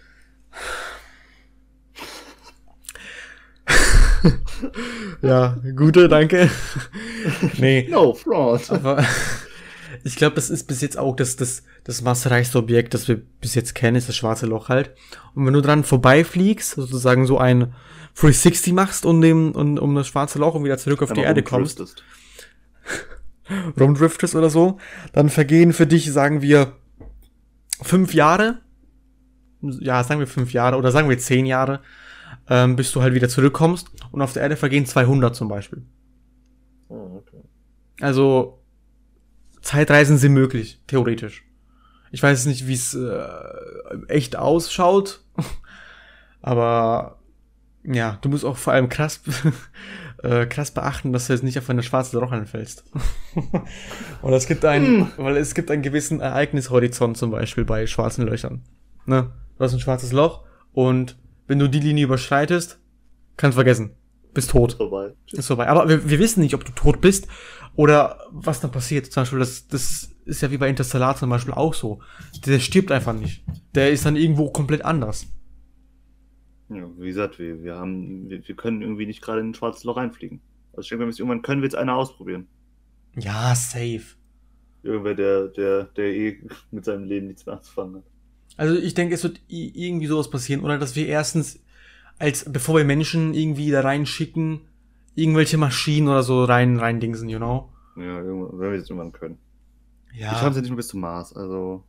Ja, gute, danke. Nee. No fraud. Aber ich glaube, das ist bis jetzt auch das massereichste Objekt, das wir bis jetzt kennen, ist das schwarze Loch halt. Und wenn du dran vorbeifliegst, sozusagen so ein 360 machst um das schwarze Loch und wieder zurück auf die Erde kommst, rumdriftest oder so, dann vergehen für dich, sagen wir, 5 Jahre. Ja, sagen wir 5 Jahre oder sagen wir 10 Jahre, bis du halt wieder zurückkommst. Und auf der Erde vergehen 200 zum Beispiel. Oh, okay. Also Zeitreisen sind möglich, theoretisch. Ich weiß nicht, wie es echt ausschaut, aber ja, du musst auch vor allem krass beachten, dass du jetzt nicht auf eine schwarze Loch anfällst. Und weil es gibt einen gewissen Ereignishorizont zum Beispiel bei schwarzen Löchern. Ne? Du hast ein schwarzes Loch und wenn du die Linie überschreitest, kannst vergessen. Bist tot. Vorbei. Ist vorbei. Aber wir wissen nicht, ob du tot bist oder was dann passiert. Zum Beispiel, das ist ja wie bei Interstellar zum Beispiel auch so. Der stirbt einfach nicht. Der ist dann irgendwo komplett anders. Ja, wie gesagt, wir können irgendwie nicht gerade in ein schwarzes Loch reinfliegen. Also ich denke, irgendwann können wir jetzt einer ausprobieren. Ja, safe. Irgendwer, der mit seinem Leben nichts mehr anzufangen hat. Also ich denke, es wird irgendwie sowas passieren. Oder dass wir erstens, bevor wir Menschen irgendwie da reinschicken, irgendwelche Maschinen oder so reindingsen, you know? Ja, wenn wir jetzt irgendwann können. Ja. Ich habe es ja nicht mehr bis zum Mars, also...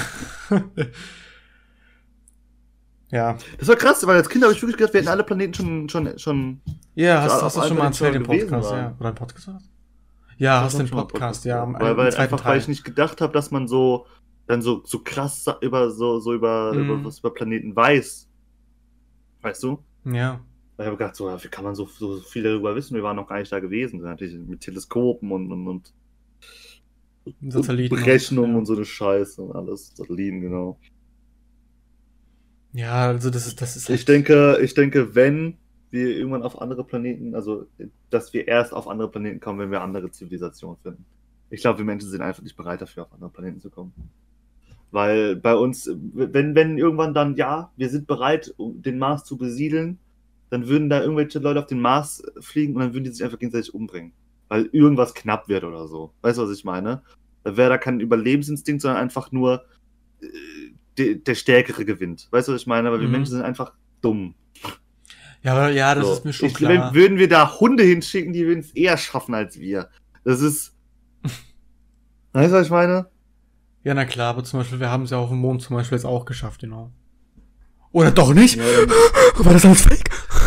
Ja. Das war krass, weil als Kind habe ich wirklich gedacht, wir hätten alle Planeten schon Ja, Also hast du auf schon mal allen erzählt im gewesen Podcast, waren. ja. Oder im Podcast? Ja, hast du den schon mal Podcast, ja. Weil zweiten einfach, weil ich nicht gedacht habe, dass man so krass über was über Planeten weiß. Weißt du? Ja. Weil ich habe gedacht, so, wie kann man so viel darüber wissen? Wir waren noch gar nicht da gewesen. Natürlich mit Teleskopen und Satelliten. Berechnungen ja. und so eine Scheiße und alles. Satelliten, genau. Ja, also das ist Ich denke, wenn wir irgendwann auf andere Planeten, also dass wir erst auf andere Planeten kommen, wenn wir andere Zivilisationen finden. Ich glaube, wir Menschen sind einfach nicht bereit dafür, auf andere Planeten zu kommen. Weil bei uns, wenn irgendwann dann, ja, wir sind bereit, um den Mars zu besiedeln, dann würden da irgendwelche Leute auf den Mars fliegen und dann würden die sich einfach gegenseitig umbringen. Weil irgendwas knapp wird oder so. Weißt du, was ich meine? Da wäre da kein Überlebensinstinkt, sondern einfach nur der Stärkere gewinnt. Weißt du, was ich meine? Weil wir Menschen sind einfach dumm. Ja, aber ja, das So. ist mir schon klar. Würden wir da Hunde hinschicken, die würden es eher schaffen als wir. Das ist. Weißt du, was ich meine? Ja, na klar, aber zum Beispiel, wir haben es ja auf dem Mond zum Beispiel jetzt auch geschafft, genau. Oder doch nicht? Ja, War das alles fake?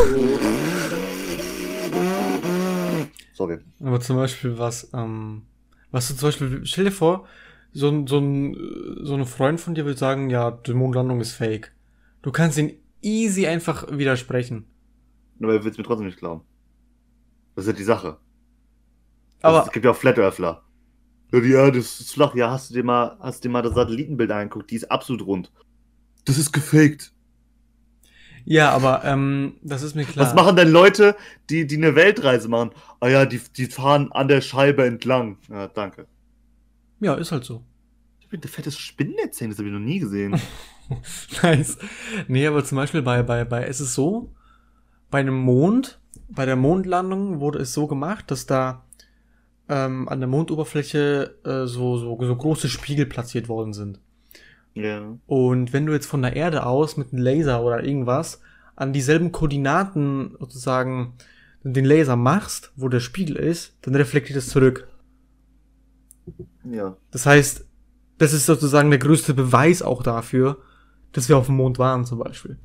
sorry. Aber zum Beispiel was du zum Beispiel, stell dir vor, so ein Freund von dir will sagen, ja, die Mondlandung ist fake. Du kannst ihn easy einfach widersprechen. Nur er will es mir trotzdem nicht glauben. Das ist ja die Sache. Aber Es gibt ja auch Flat Earthler. Ja, das ist flach. Ja, hast du dir mal das Satellitenbild angeguckt? Die ist absolut rund. Das ist gefaked. ja, aber das ist mir klar. Was machen denn Leute, die eine Weltreise machen? Ah ja, die fahren an der Scheibe entlang. Ja, danke. Ja, ist halt so. Ich bin ein fettes Spinnennetz, das habe ich noch nie gesehen. Nice. Nee, aber zum Beispiel es ist so, bei der Mondlandung wurde es so gemacht, dass da an der Mondoberfläche so große Spiegel platziert worden sind. Ja. Und wenn du jetzt von der Erde aus mit einem Laser oder irgendwas an dieselben Koordinaten sozusagen den Laser machst, wo der Spiegel ist, dann reflektiert es zurück. Ja. Das heißt, das ist sozusagen der größte Beweis auch dafür, dass wir auf dem Mond waren zum Beispiel.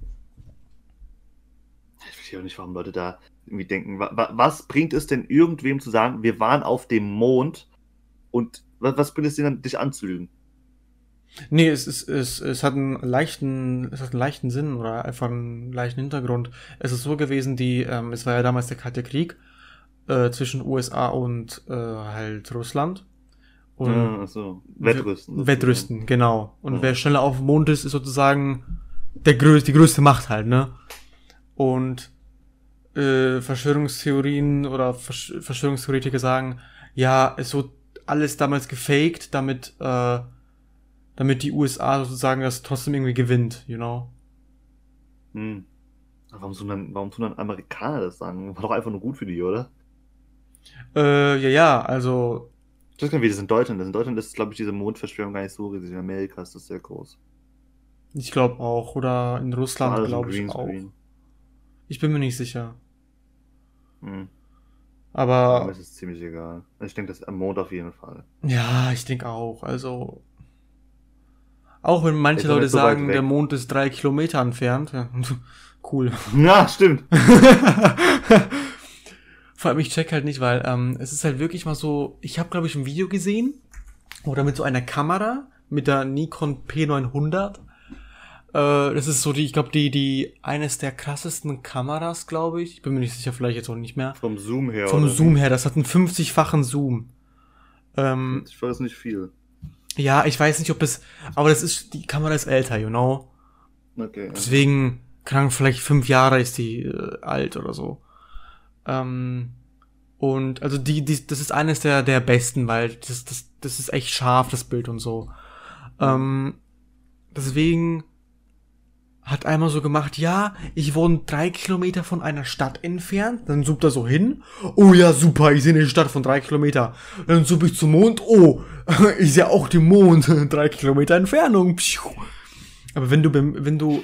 Ich verstehe auch nicht, warum Leute da irgendwie denken. Was bringt es denn irgendwem zu sagen, wir waren auf dem Mond und was bringt es denn dann, dich anzulügen? Nee, es hat einen leichten Sinn oder einfach einen leichten Hintergrund. Es ist so gewesen, es war ja damals der Kalte Krieg zwischen USA und halt Russland. Und Ach so. Wettrüsten. Wettrüsten, genau. Und Ja. wer schneller auf dem Mond ist sozusagen die größte Macht halt, ne? Und Verschwörungstheorien oder Verschwörungstheoretiker sagen, ja, es wurde alles damals gefaked, damit die USA sozusagen das trotzdem irgendwie gewinnt, you know? Hm. Aber warum tun dann Amerikaner das sagen? War doch einfach nur gut für die, oder? Ja, also, Ich weiß gar nicht, wie das in Deutschland ist. In Deutschland ist, glaube ich, diese Mondverschwörung gar nicht so riesig. In Amerika ist das sehr groß. ich glaube auch, oder in Russland Alles im glaube ich auch. Greenscreen. Ich bin mir nicht sicher. Hm. Aber, Aber es ist ziemlich egal. Ich denke, das ist am Mond auf jeden Fall. ja, ich denke auch, also, auch wenn manche Ist doch Leute nicht so weit sagen, weg. der Mond ist 3 Kilometer entfernt, ja, cool. Ja, stimmt. Vor allem, ich check halt nicht, weil es ist halt wirklich mal so, ich habe, glaube ich, ein Video gesehen, oder mit so einer Kamera, mit der Nikon P900. Das ist so ich glaube, die eines der krassesten Kameras, glaube ich. Ich bin mir nicht sicher, vielleicht jetzt auch nicht mehr. Vom Zoom her. Vom oder Zoom wie? her, das hat einen 50-fachen Zoom. Ich weiß nicht viel. Ja, ich weiß nicht, aber die Kamera ist älter, you know? Okay. Ja. Deswegen, keine Ahnung, vielleicht 5 Jahre ist die alt oder so. Und also das ist eines der besten, weil das ist echt scharf, das Bild und so. Deswegen hat einmal so gemacht, ja, ich wohne 3 Kilometer von einer Stadt entfernt, dann zoomt er so hin, oh ja, super, ich sehe eine Stadt von 3 Kilometer, dann zoome ich zum Mond, oh, ich sehe auch den Mond, 3 Kilometer Entfernung, pschuh. Aber wenn du wenn du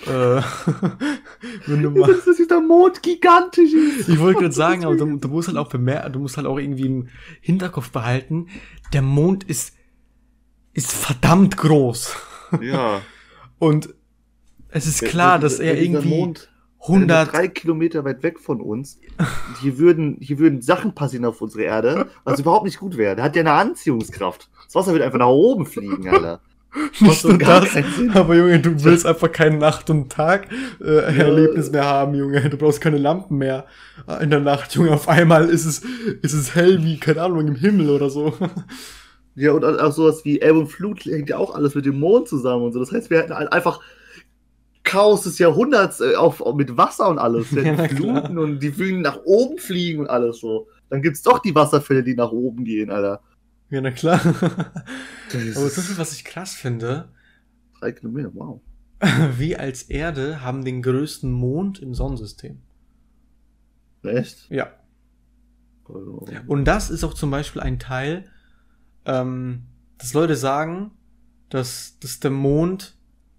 mal, Das ist der Mond gigantisch. ich wollte gerade sagen, aber du musst halt auch du musst halt auch irgendwie im Hinterkopf behalten, der Mond ist verdammt groß. Ja. Und es ist klar, dass er Wenn dieser irgendwie Mond 100, 3 Kilometer weit weg von uns, hier würden Sachen passieren auf unserer Erde, was überhaupt nicht gut wäre. Der hat ja eine Anziehungskraft. Das Wasser wird einfach nach oben fliegen, Alter. nicht so nur gar das, keinen Sinn. aber Junge, du willst einfach kein Nacht- und Tag-Erlebnis mehr haben, Junge. Du brauchst keine Lampen mehr in der Nacht, Junge. Auf einmal ist es hell wie, keine Ahnung, im Himmel oder so. Ja, und auch sowas wie Ebbe und Flut hängt ja auch alles mit dem Mond zusammen und so. Das heißt, wir hätten halt einfach Chaos des Jahrhunderts mit Wasser und alles. Ja, na Fluten klar. und die Flügen nach oben fliegen und alles so. Dann gibt's doch die Wasserfälle, die nach oben gehen, Alter. Ja, na klar. Das Aber ist zum Beispiel, was ich krass finde, 3 Kilometer, wow. wir als Erde haben den größten Mond im Sonnensystem. Echt? Ja. Also, Und das ist auch zum Beispiel ein Teil, dass Leute sagen, dass der Mond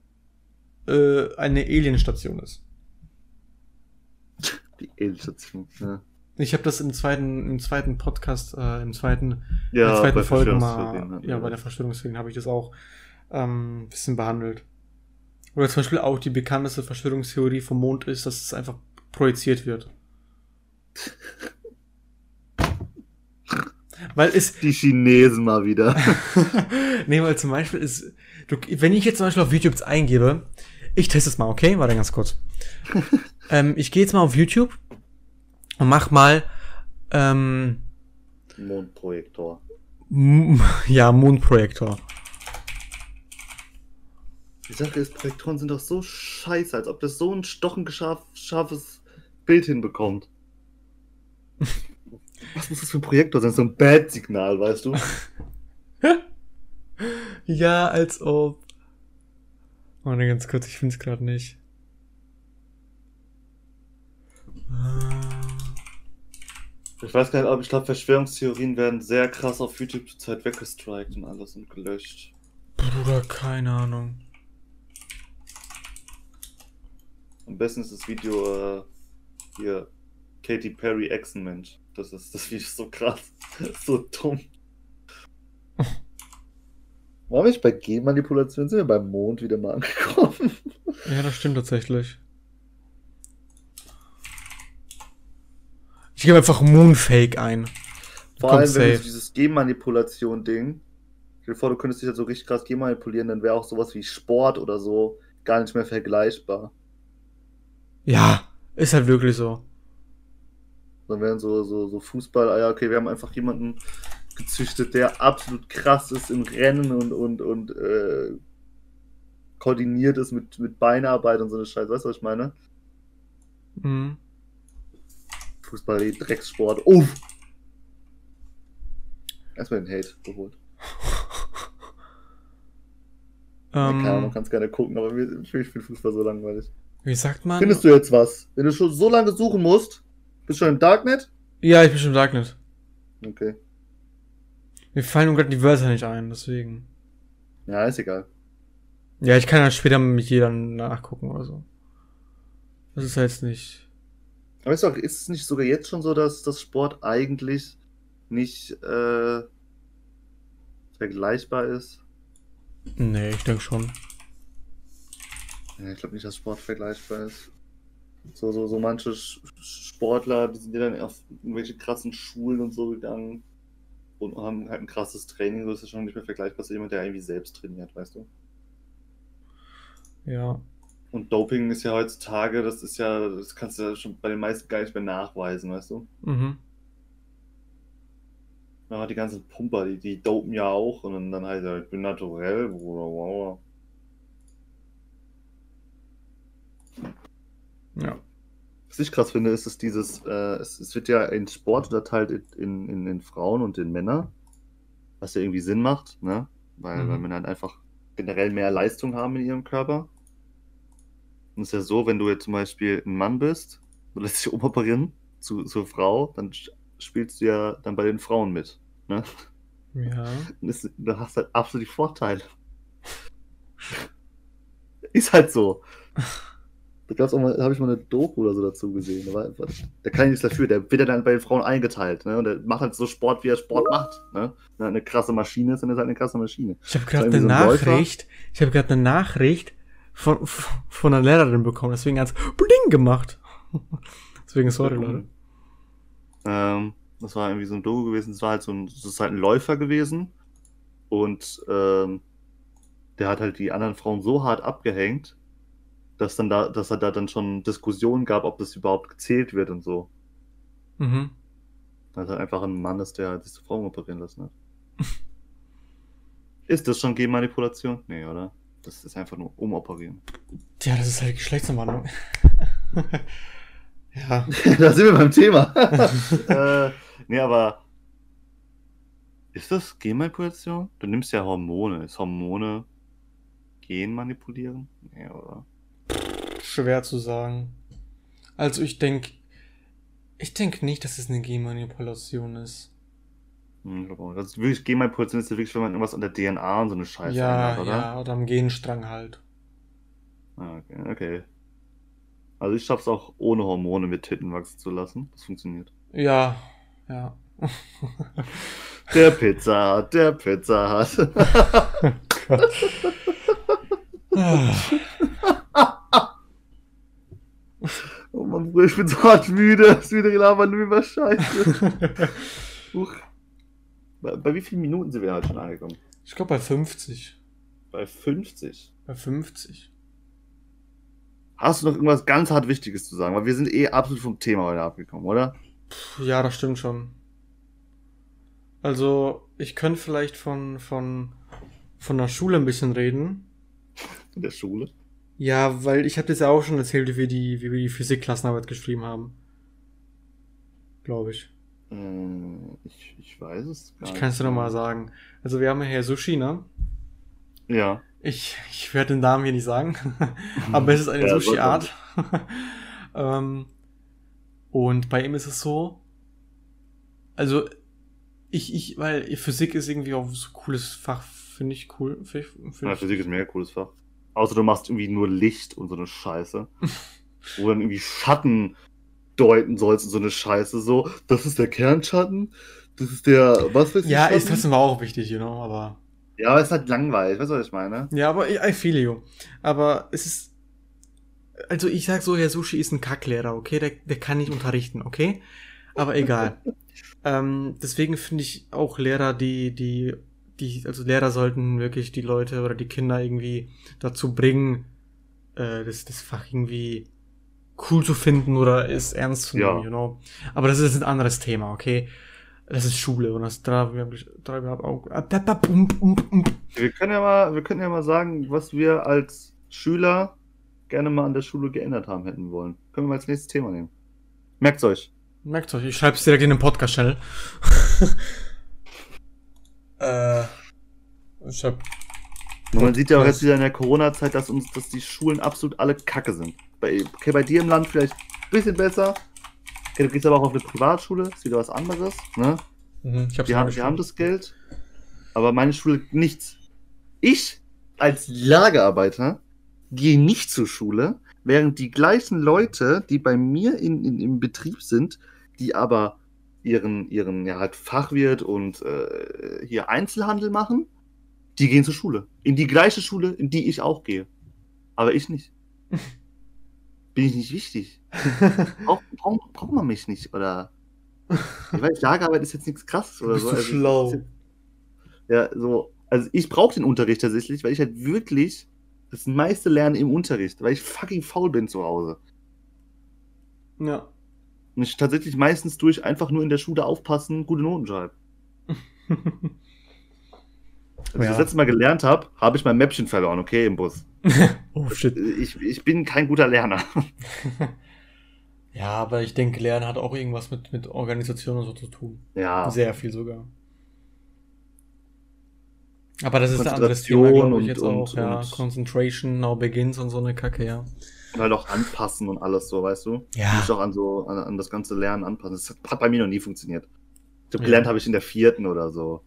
eine Alienstation ist. die Alienstation, ja. Ich habe das im zweiten Podcast, in der Ja, zweiten bei Folge Verschwörungstheorien, mal, ja. ja, bei der Verschwörungstheorien habe ich das auch ein bisschen behandelt. Oder zum Beispiel auch die bekannteste Verschwörungstheorie vom Mond ist, dass es einfach projiziert wird. Weil es, Die Chinesen mal wieder. nee, weil zum Beispiel ist, wenn ich jetzt zum Beispiel auf YouTube eingebe, ich teste es mal, okay? Warte ganz kurz. Ich gehe jetzt mal auf YouTube und mach mal, Mondprojektor. ja, Mondprojektor. Die Sache ist, Projektoren sind doch so scheiße, als ob das so ein scharfes Bild hinbekommt. Was muss das für ein Projektor sein? So ein Bad-Signal, weißt du? Ja, als ob. Warte ganz kurz, ich find's gerade nicht. Ich weiß gar nicht, aber ich glaube, Verschwörungstheorien werden sehr krass auf YouTube zur Zeit weggestrikt und alles und gelöscht. Bruder, keine Ahnung. Am besten ist das Video hier Katy Perry Echsenmensch. Das Video ist so krass. So dumm. War ich bei Genmanipulation? Sind wir beim Mond wieder mal angekommen? Ja, das stimmt tatsächlich. Ich gebe einfach Moonfake ein. Vor Kommt allem, wenn du safe. dieses Genmanipulation-Ding, stell dir vor, du könntest dich halt so richtig krass genmanipulieren, dann wäre auch sowas wie Sport oder so gar nicht mehr vergleichbar. Ja, ist halt wirklich so. Dann wären so Fußball, ja, okay, wir haben einfach jemanden gezüchtet, der absolut krass ist im Rennen und koordiniert ist mit Beinarbeit und so eine Scheiße. Weißt du, was ich meine? Mhm. Fußball, Dreckssport. Uff! Erstmal den Hate geholt. Keine Ahnung, man kann es gerne gucken, aber ich finde Fußball so langweilig. Wie sagt man? Findest du jetzt was? Wenn du schon so lange suchen musst, bist du schon im Darknet? Ja, ich bin schon im Darknet. Okay. Mir fallen gerade die Wörter nicht ein, deswegen. Ja, ist egal. Ja, ich kann ja später mit jeder nachgucken oder so. Das ist ja jetzt nicht. Aber ist es nicht sogar jetzt schon so, dass das Sport eigentlich nicht vergleichbar ist? Nee, ich denke schon. Ja, ich glaube nicht, dass Sport vergleichbar ist. So manche Sportler, die sind ja dann auf irgendwelche krassen Schulen und so gegangen und haben halt ein krasses Training, so ist das schon nicht mehr vergleichbar zu jemand, der irgendwie selbst trainiert, weißt du? Ja. Und Doping ist ja heutzutage, das kannst du ja schon bei den meisten gar nicht mehr nachweisen, weißt du? Mhm. Ja, die ganzen Pumper, die dopen ja auch und dann heißt er, ich bin naturell, Bruder, wow. Ja. Was ich krass finde, ist, dass es wird ja in Sport unterteilt in Frauen und in Männer, was ja irgendwie Sinn macht, ne? Weil Männer halt einfach generell mehr Leistung haben in ihrem Körper. Und es ist ja so, wenn du jetzt zum Beispiel ein Mann bist, du lässt dich umoperieren zur Frau, dann spielst du ja dann bei den Frauen mit, ne? Ja. Und du hast halt absolut die Vorteile. Ist halt so. Da habe ich mal eine Doku oder so dazu gesehen. Der kann ja nichts dafür, der wird ja dann bei den Frauen eingeteilt, ne? Und der macht halt so Sport, wie er Sport macht, ne? Wenn er eine krasse Maschine ist, dann ist er halt eine krasse Maschine. Ich habe gerade irgendwie eine so ein Nachricht. Ich habe gerade eine Nachricht von einer Lehrerin bekommen, deswegen hat's Bling gemacht. Deswegen sorry, Leute. Das war irgendwie so ein Doku gewesen, das ist halt ein Läufer gewesen. Und der hat halt die anderen Frauen so hart abgehängt, dass er da dann schon Diskussionen gab, ob das überhaupt gezählt wird und so. Mhm. Weil es halt einfach ein Mann ist, der sich zu Frauen operieren lassen hat. Ist das schon Genmanipulation? Nee, oder? Das ist einfach nur umoperieren. Ja, das ist halt Geschlechtsumwandlung. Ja. Da sind wir beim Thema. Nee, aber ist das Genmanipulation? Du nimmst ja Hormone. Ist Hormone Genmanipulieren? Nee, oder? Schwer zu sagen. Also ich denke nicht, dass es eine Genmanipulation ist. Ich glaube auch. Das ist wirklich Genmanipulation, ist ja wirklich, wenn man irgendwas an der DNA und so eine Scheiße ändert, oder? Ja, oder am Genstrang halt. Ah, okay. Also ich schaff's auch ohne Hormone mit Titten wachsen zu lassen. Das funktioniert. Ja. Der Pizza Hut. Gott. Oh Mann, Bruder, ich bin so hart müde. Das wieder labern nur über Scheiße. Huch. Bei wie vielen Minuten sind wir halt schon angekommen? Ich glaube bei 50. Bei 50. Bei 50. Hast du noch irgendwas ganz hart Wichtiges zu sagen? Weil wir sind absolut vom Thema heute abgekommen, oder? Ja, das stimmt schon. Also, ich könnte vielleicht von der Schule ein bisschen reden. In der Schule? Ja, weil ich habe das ja auch schon erzählt, wie wir die Physik-Klassenarbeit geschrieben haben. Glaube ich. Ich weiß es gar nicht. Ich kann es dir nochmal sagen. Also wir haben ja hier Sushi, ne? Ja. Ich werde den Namen hier nicht sagen. Aber es ist eine Sushi-Art. Und bei ihm ist es so. Also, weil Physik ist irgendwie auch so ein cooles Fach, finde ich cool. Ja, Physik ist ein mega cooles Fach. Außer du machst irgendwie nur Licht und so eine Scheiße. Wo dann irgendwie Schatten deuten sollst und so eine Scheiße. So, das ist der Kernschatten, das ist der, was weiß ich. Ja, Schatten? ist trotzdem auch wichtig, aber... Ja, aber es ist halt langweilig, weißt du, was ich meine? Ja, aber I feel you. Aber es ist... Also ich sag so, Herr Sushi ist ein Kacklehrer, okay? Der kann nicht unterrichten, okay? Aber egal. Deswegen finde ich auch Lehrer, also Lehrer sollten wirklich die Leute oder die Kinder irgendwie dazu bringen, das Fach irgendwie cool zu finden oder es ernst zu nehmen, you know. Aber das ist ein anderes Thema, okay? Das ist Schule und das da wir auch. Wir können ja mal sagen, was wir als Schüler gerne mal an der Schule geändert haben hätten wollen. Können wir mal als nächstes Thema nehmen. Merkt's euch. Ich schreib's direkt in den Podcast-Channel. Man sieht ja auch jetzt wieder in der Corona-Zeit, dass die Schulen absolut alle Kacke sind. Bei dir im Land vielleicht ein bisschen besser. Okay, du gehst aber auch auf eine Privatschule, ist wieder was anderes. Ne? Wir haben das Geld, aber meine Schule nichts. Ich als Lagerarbeiter gehe nicht zur Schule, während die gleichen Leute, die bei mir im Betrieb sind, die aber ihren halt Fachwirt und hier Einzelhandel machen, die gehen zur Schule. In die gleiche Schule, in die ich auch gehe. Aber ich nicht. Bin ich nicht wichtig? Braucht man mich nicht, oder? Ich weiß, Lagerarbeit ist jetzt nichts Krasses oder so. Du bist so schlau. Ja, so. Also ich brauche den Unterricht tatsächlich, weil ich halt wirklich das meiste lerne im Unterricht, weil ich fucking faul bin zu Hause. Ja. Und ich tatsächlich meistens durch einfach nur in der Schule aufpassen, gute Noten schreiben. Als ich das letzte Mal gelernt habe, habe ich mein Mäppchen verloren, okay, im Bus. Oh shit. Ich bin kein guter Lerner. Ja, aber ich denke, Lernen hat auch irgendwas mit Organisation und so zu tun. Ja. Sehr viel sogar. Aber das ist ein anderes Thema, glaube ich, jetzt auch. Ja, Concentration now begins und so eine Kacke, ja. Und halt auch anpassen und alles so, weißt du? Ja. Du musst auch an das ganze Lernen anpassen. Das hat bei mir noch nie funktioniert. Ich glaube, gelernt habe ich in der 4. oder so.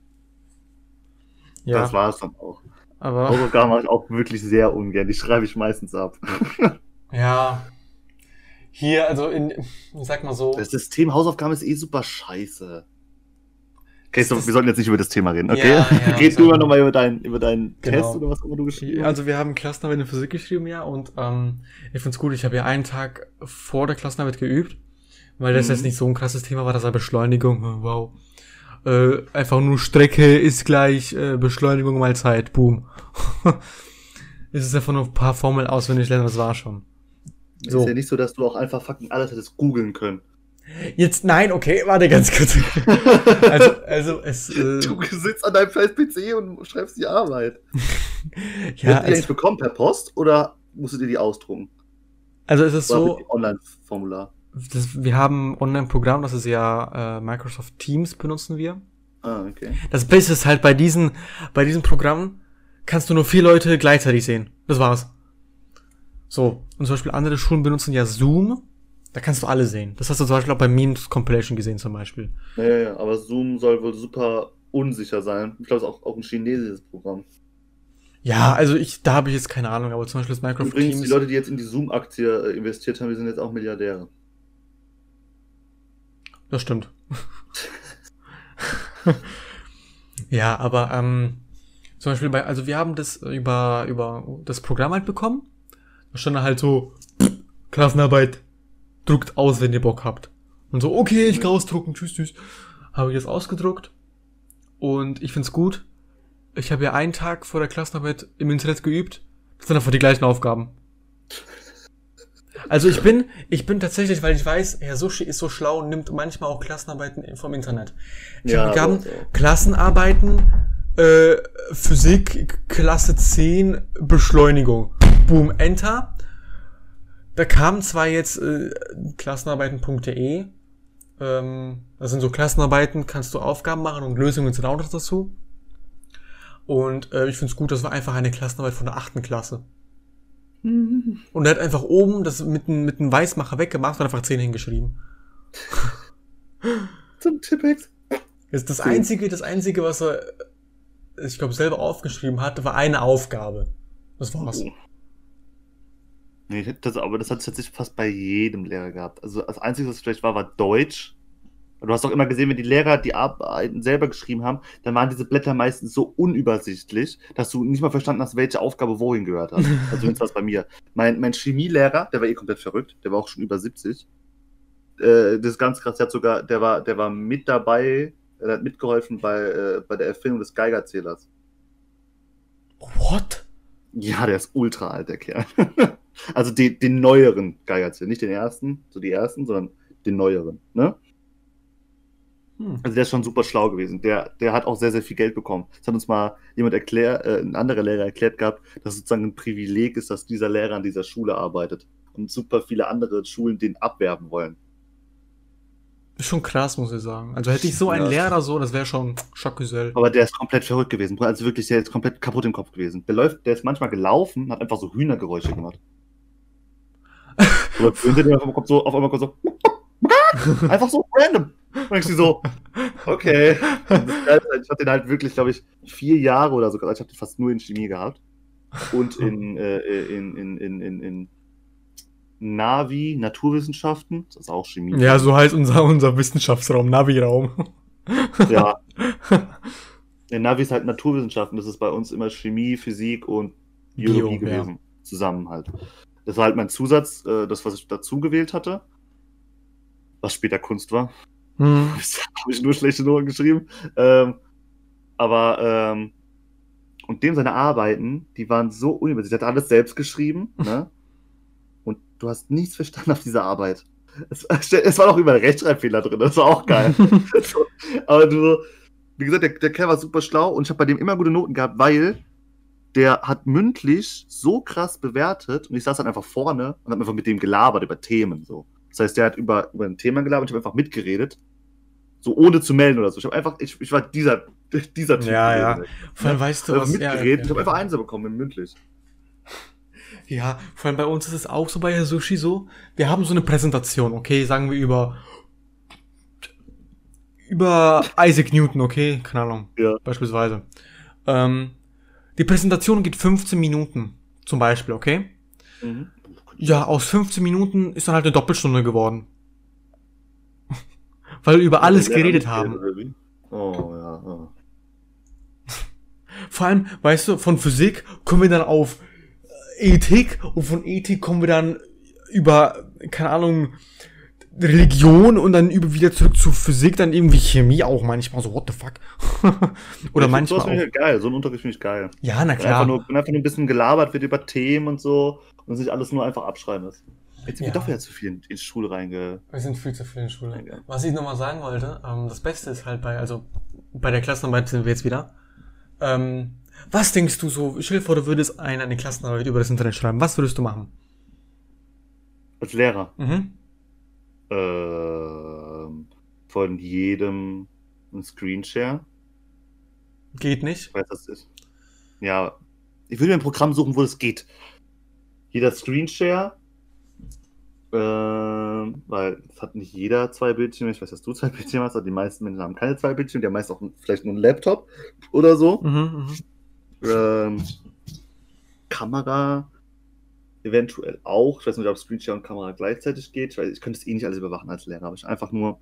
Ja. Das war es dann auch. Aber Hausaufgaben mache ich auch wirklich sehr ungern. Die schreibe ich meistens ab. Ja. Hier, also ich sag mal so. Das System Hausaufgaben ist super scheiße. Okay, so, wir sollten jetzt nicht über das Thema reden, okay? Ja, Redest du nochmal über deinen Test oder was immer du geschrieben hast? Also wir haben Klassenarbeit in Physik geschrieben, ja, und ich find's gut, ich habe ja einen Tag vor der Klassenarbeit geübt, weil das jetzt nicht so ein krasses Thema war, das war Beschleunigung, wow. Einfach nur Strecke ist gleich Beschleunigung mal Zeit, boom. Es ist einfach nur ein paar Formeln auswendig lernen, das war schon. So. Ist ja nicht so, dass du auch einfach fucking alles hättest googeln können. Jetzt, nein, okay, warte ganz kurz. Also es... Du sitzt an deinem scheiß PC und schreibst die Arbeit. Ja, Hast du die eigentlich bekommen per Post oder musstet ihr die ausdrucken? also es ist Oder so, mit dem Online-Formular? wir haben ein Online-Programm, das ist ja Microsoft Teams benutzen wir. Ah, okay. Das Beste ist halt bei diesen Programmen kannst du nur 4 Leute gleichzeitig sehen. Das war's. So. Und zum Beispiel andere Schulen benutzen ja Zoom. Da kannst du alle sehen. Das hast du zum Beispiel auch bei Memes Compilation gesehen zum Beispiel. Ja, aber Zoom soll wohl super unsicher sein. Ich glaube, es ist auch ein chinesisches Programm. Ja, also da habe ich jetzt keine Ahnung, aber zum Beispiel das Microsoft Übrigens, die Teams. Leute, die jetzt in die Zoom-Aktie investiert haben, die sind jetzt auch Milliardäre. Das stimmt. Ja, aber zum Beispiel also wir haben das über das Programm halt bekommen. Da stand da halt so, Klassenarbeit, druckt aus, wenn ihr Bock habt. Und so, okay, ich kann ausdrucken, tschüss. Habe ich das ausgedruckt. Und ich find's gut. Ich habe ja einen Tag vor der Klassenarbeit im Internet geübt. Das sind einfach die gleichen Aufgaben. Also ich bin tatsächlich, weil ich weiß, Herr Sushi ist so schlau und nimmt manchmal auch Klassenarbeiten vom Internet. Ich habe Aufgaben, Klassenarbeiten, Physik, Klasse 10, Beschleunigung. Boom, Enter. Da kamen zwar jetzt klassenarbeiten.de, das sind so Klassenarbeiten, kannst du Aufgaben machen und Lösungen sind auch noch dazu. Und ich find's gut, das war einfach eine Klassenarbeit von der 8. Klasse. Und er hat einfach oben das mit einem Weißmacher weggemacht und einfach 10 hingeschrieben. Zum Tippex. Das Einzige, was er, ich glaube, selber aufgeschrieben hatte, war eine Aufgabe. Das war's. Nee, aber das hat es tatsächlich fast bei jedem Lehrer gehabt. Also das Einzige, was vielleicht war Deutsch. Du hast auch immer gesehen, wenn die Lehrer die Arbeiten selber geschrieben haben, dann waren diese Blätter meistens so unübersichtlich, dass du nicht mal verstanden hast, welche Aufgabe wohin gehört hat. Also jetzt war es bei mir. Mein Chemielehrer, der war komplett verrückt, der war auch schon über 70. Das ist ganz krass, der war mit dabei, er hat mitgeholfen bei der Erfindung des Geigerzählers. What? Ja, der ist ultra alt, der Kerl. Also den neueren Geigerzähler, nicht den ersten, so die ersten, sondern den neueren, ne? Also der ist schon super schlau gewesen. Der hat auch sehr, sehr viel Geld bekommen. Das hat uns mal jemand ein anderer Lehrer erklärt gehabt, dass es sozusagen ein Privileg ist, dass dieser Lehrer an dieser Schule arbeitet und super viele andere Schulen den abwerben wollen. Ist schon krass, muss ich sagen. Also hätte ich so einen Lehrer das wäre schon Schockgesell. Aber der ist komplett verrückt gewesen. Also wirklich, der ist komplett kaputt im Kopf gewesen. Der ist manchmal gelaufen, hat einfach so Hühnergeräusche gemacht. Oder auf einmal kommt so einfach so random. Und ich so, okay. Ich habe den halt wirklich, glaube ich, 4 Jahre oder so. Ich habe den fast nur in Chemie gehabt. Und in Navi, Naturwissenschaften. Das ist auch Chemie. Ja, so heißt unser Wissenschaftsraum, Navi-Raum. Ja. Der Navi ist halt Naturwissenschaften. Das ist bei uns immer Chemie, Physik und Biologie gewesen. Ja. Zusammen halt. Das war halt mein Zusatz, das, was ich dazu gewählt hatte. Was später Kunst war. Habe ich nur schlechte Noten geschrieben. Und seine Arbeiten, die waren so unübersichtlich. Er hat alles selbst geschrieben, ne? Und du hast nichts verstanden auf dieser Arbeit. Es war auch überall Rechtschreibfehler drin, das war auch geil. Aber wie gesagt, der Kerl war super schlau und ich habe bei dem immer gute Noten gehabt, weil der hat mündlich so krass bewertet und ich saß dann einfach vorne und habe einfach mit dem gelabert über Themen, so. Das heißt, der hat über ein Thema gelabert und ich habe einfach mitgeredet. So ohne zu melden oder so. Ich war dieser Typ. Ja. Vor allem weißt du was. Mitgeredet. Ich habe einfach Einser bekommen, mündlich. Ja, vor allem bei uns ist es auch so bei Herr Sushi so. Wir haben so eine Präsentation, okay, sagen wir über Isaac Newton, okay, keine Ahnung, ja. Beispielsweise. Die Präsentation geht 15 Minuten, zum Beispiel, okay? Mhm. Ja, aus 15 Minuten ist dann halt eine Doppelstunde geworden. Weil wir über alles geredet haben. Oh, ja. Vor allem, weißt du, von Physik kommen wir dann auf Ethik und von Ethik kommen wir dann über, keine Ahnung, Religion und dann wieder zurück zu Physik, dann irgendwie Chemie auch manchmal so, what the fuck? Oder manchmal auch. Halt geil, so ein Unterricht finde ich geil. Ja, na klar. Wenn einfach nur ein bisschen gelabert wird über Themen und so und sich alles nur einfach abschreiben ist. Jetzt sind wir doch wieder zu viel in die Schule Wir sind viel zu viel in die Schule. Ja. Was ich nochmal sagen wollte, das Beste ist halt bei der Klassenarbeit sind wir jetzt wieder, Was denkst du so? Stell dir vor, du würdest eine Klassenarbeit über das Internet schreiben. Was würdest du machen? Als Lehrer. Mhm. Von jedem ein Screenshare. Geht nicht. Ich weiß, was das ist. Ja, ich würde mir ein Programm suchen, wo es geht. Jeder Screenshare, weil es hat nicht jeder 2 Bildschirme. Ich weiß, dass du 2 Bildschirme hast, aber die meisten Menschen haben keine 2 Bildschirme. Die haben meist auch vielleicht nur einen Laptop oder so. Mhm, Kamera eventuell auch. Ich weiß nicht, ob Screenshare und Kamera gleichzeitig geht. Ich könnte es eh nicht alles überwachen als Lehrer, aber ich einfach nur,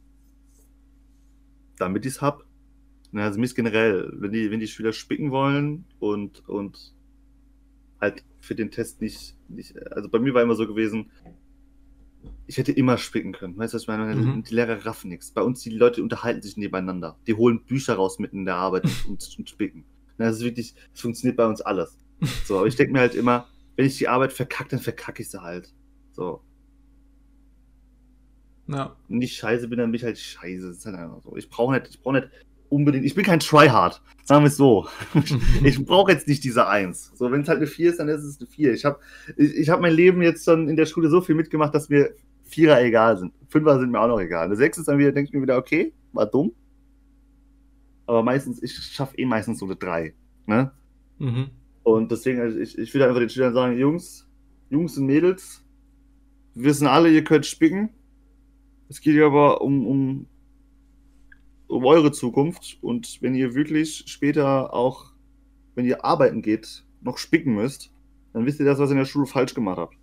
damit ich es habe. Also mir ist generell, wenn die Schüler spicken wollen und halt für den Test nicht, also bei mir war immer so gewesen, ich hätte immer spicken können. Weißt du, was ich meine? Mhm. Die Lehrer raffen nichts. Bei uns, die Leute unterhalten sich nebeneinander. Die holen Bücher raus mitten in der Arbeit und spicken. Das ist wirklich, das funktioniert bei uns alles. So, aber ich denke mir halt immer, wenn ich die Arbeit verkacke, dann verkacke ich sie halt. So. Ja. Wenn ich scheiße bin, dann bin ich halt scheiße. Das ist halt einfach so. Ich brauche nicht unbedingt, ich bin kein Tryhard. Sagen wir es so. Ich brauche jetzt nicht diese 1. So, wenn es halt eine 4 ist, dann ist es eine 4. Ich hab mein Leben jetzt schon in der Schule so viel mitgemacht, dass mir 4er egal sind. 5er sind mir auch noch egal. Eine 6 ist dann wieder, denke ich mir wieder, okay, war dumm. Aber meistens, ich schaffe eh meistens so eine 3. Ne? Mhm. Und deswegen, also ich würde einfach den Schülern sagen, Jungs und Mädels, wir wissen alle, ihr könnt spicken. Es geht ja aber um eure Zukunft. Und wenn ihr wirklich später auch, wenn ihr arbeiten geht, noch spicken müsst, dann wisst ihr das, was ihr in der Schule falsch gemacht habt.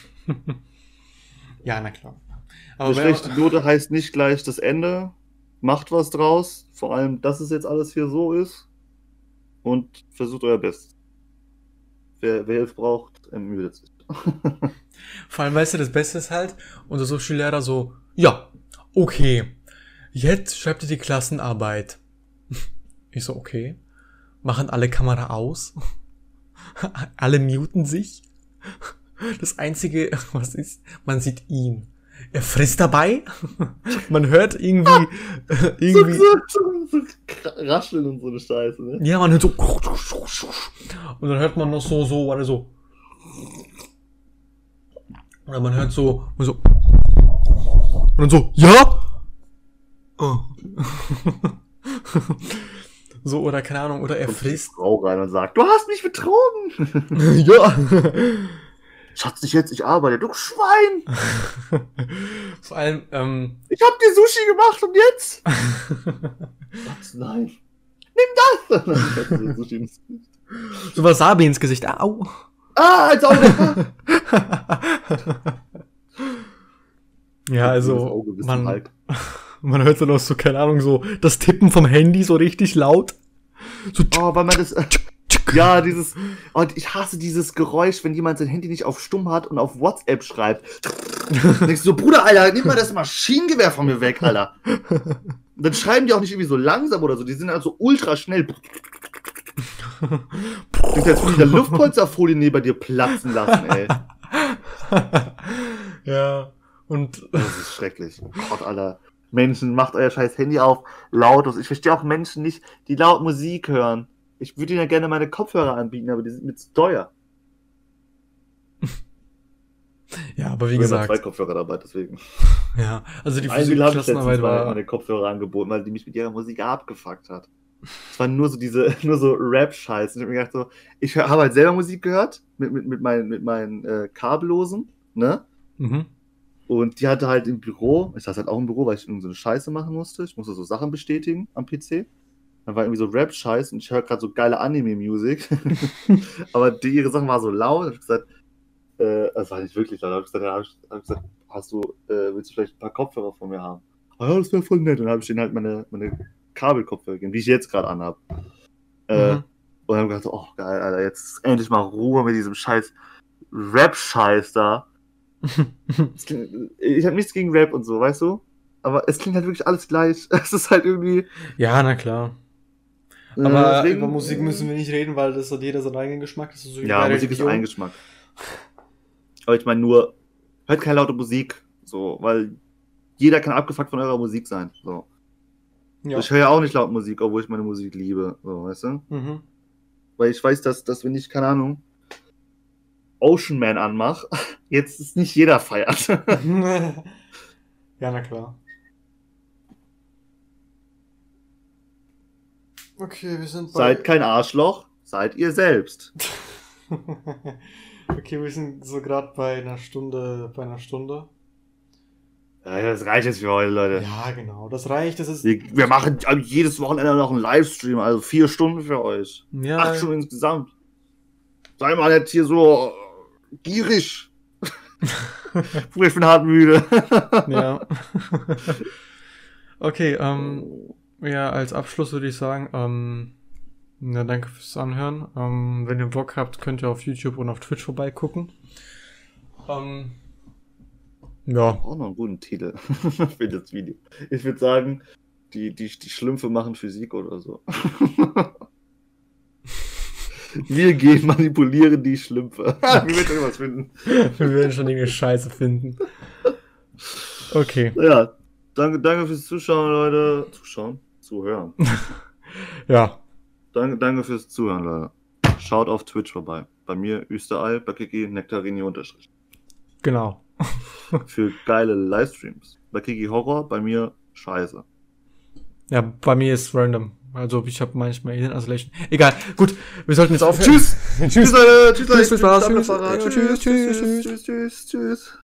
Ja, na klar. Eine schlechte Note heißt nicht gleich das Ende. Macht was draus. Vor allem, dass es jetzt alles hier so ist. Und versucht euer Bestes. Wer Hilfe braucht, ermüdet sich. Vor allem, weißt du, das Beste ist halt, unser Social-Lehrer so, ja, okay, jetzt schreibt ihr die Klassenarbeit. Ich so, okay. Machen alle Kamera aus. Alle muten sich. Das Einzige, was ist, man sieht ihn. Er frisst dabei. Man hört irgendwie, So rascheln und so eine Scheiße, ne? ja, man hört so, und dann hört man noch so, warte, so. Oder man hört so, und dann so, ja? Oh. So, oder keine Ahnung, oder er Kommt die frisst. Frau rein und sagt, du hast mich betrogen. Ja. Schatz, ich arbeite, du Schwein. Vor allem, Ich hab dir Sushi gemacht und jetzt? Was? Nein. Nimm das. Sushi so Wasabi ins Gesicht. Au. als Auge. Ja, Das also, Auge bis zum Hals. man hört dann auch so, keine Ahnung, so das Tippen vom Handy so richtig laut. So, Oh, weil man das. Ja, dieses. Und ich hasse dieses Geräusch, wenn jemand sein Handy nicht auf Stumm hat und auf WhatsApp schreibt. Denkst du so, Bruder, Alter, nimm mal das Maschinengewehr von mir weg, Alter. Und dann schreiben die auch nicht irgendwie so langsam oder so, die sind halt so ultra schnell. Denkst du, als würde ich eine Luftpolsterfolie neben dir platzen lassen, ey. ja, und Das ist schrecklich. Gott, Alter. Menschen, macht euer scheiß Handy auf, laut. Ich verstehe auch Menschen nicht, die laut Musik hören. Ich würde ihnen ja gerne meine Kopfhörer anbieten, aber die sind mir zu teuer. ja, aber wie Ich habe 2 gesagt, Kopfhörer dabei, deswegen. ja, also die Einmal habe ich letztens Klassenarbeit war, meine Kopfhörer angeboten, weil die mich mit ihrer Musik abgefuckt hat. Es war nur so Rap-Scheiß. Und ich habe mir gedacht so, ich habe halt selber Musik gehört, mit meinen Kabellosen, ne? mhm. Und die hatte halt im Büro, ich saß halt auch im Büro, weil ich irgendwie so eine Scheiße machen musste. Ich musste so Sachen bestätigen am PC. Dann war irgendwie so Rap-Scheiß und ich höre gerade so geile Anime-Musik. Aber ihre Sachen waren so laut. Da hab ich gesagt, das war nicht wirklich laut. Da hab ich gesagt, willst du vielleicht ein paar Kopfhörer von mir haben? Ah ja, das wäre voll nett. Und dann habe ich denen halt meine Kabelkopfhörer gegeben, die ich jetzt gerade anhab. Und dann habe ich gedacht, so, oh geil, Alter, jetzt endlich mal Ruhe mit diesem scheiß Rap-Scheiß da. Ich habe nichts gegen Rap und so, weißt du? Aber es klingt halt wirklich alles gleich. Es ist halt irgendwie. Ja, na klar. Aber deswegen, über Musik müssen wir nicht reden, weil das hat jeder seinen eigenen Geschmack. Das ist so wie ja, bei Musik ist Religion. ein Geschmack. Aber ich meine nur, hört keine laute Musik. So, weil jeder kann abgefuckt von eurer Musik sein. So. Ja. Ich höre ja auch nicht laut Musik, obwohl ich meine Musik liebe. So, weißt du? Mhm. Weil ich weiß, dass wenn ich, keine Ahnung, Ocean Man anmache, jetzt ist nicht jeder feiert. Ja, na klar. Okay, wir sind Seid kein Arschloch, seid ihr selbst. Okay, wir sind so gerade bei einer Stunde. Ja, das reicht jetzt für heute, Leute. Ja, genau, das reicht. Das ist. Wir machen jedes Wochenende noch einen Livestream, also 4 Stunden für euch. Ja. 8 Stunden insgesamt. Sei mal jetzt hier so gierig. Ich bin hart müde. Ja. Okay, ja, als Abschluss würde ich sagen, ja, danke fürs Anhören. Wenn ihr Bock habt, könnt ihr auf YouTube und auf Twitch vorbeigucken. Ja. Auch noch einen guten Titel für das Video. Ich würde sagen, die Schlümpfe machen Physik oder so. Wir manipulieren die Schlümpfe. Wir werden irgendwas finden. Wir werden schon irgendeine Scheiße finden. Okay. Ja, danke fürs Zuschauen, Leute. Zuhören. Ja. Danke fürs Zuhören, Leute. Schaut auf Twitch vorbei. Bei mir Österei, bei Kiki Nektarini _. Genau. Für geile Livestreams. Bei Kiki Horror, bei mir Scheiße. Ja, bei mir ist random. Also ich habe manchmal Alien Isolation. Egal. Gut, wir sollten jetzt aufhören. Tschüss! Tschüss, Leute! Tschüss, Leute! Tschüss, viel Spaß. Tschüss, tschüss, tschüss, tschüss.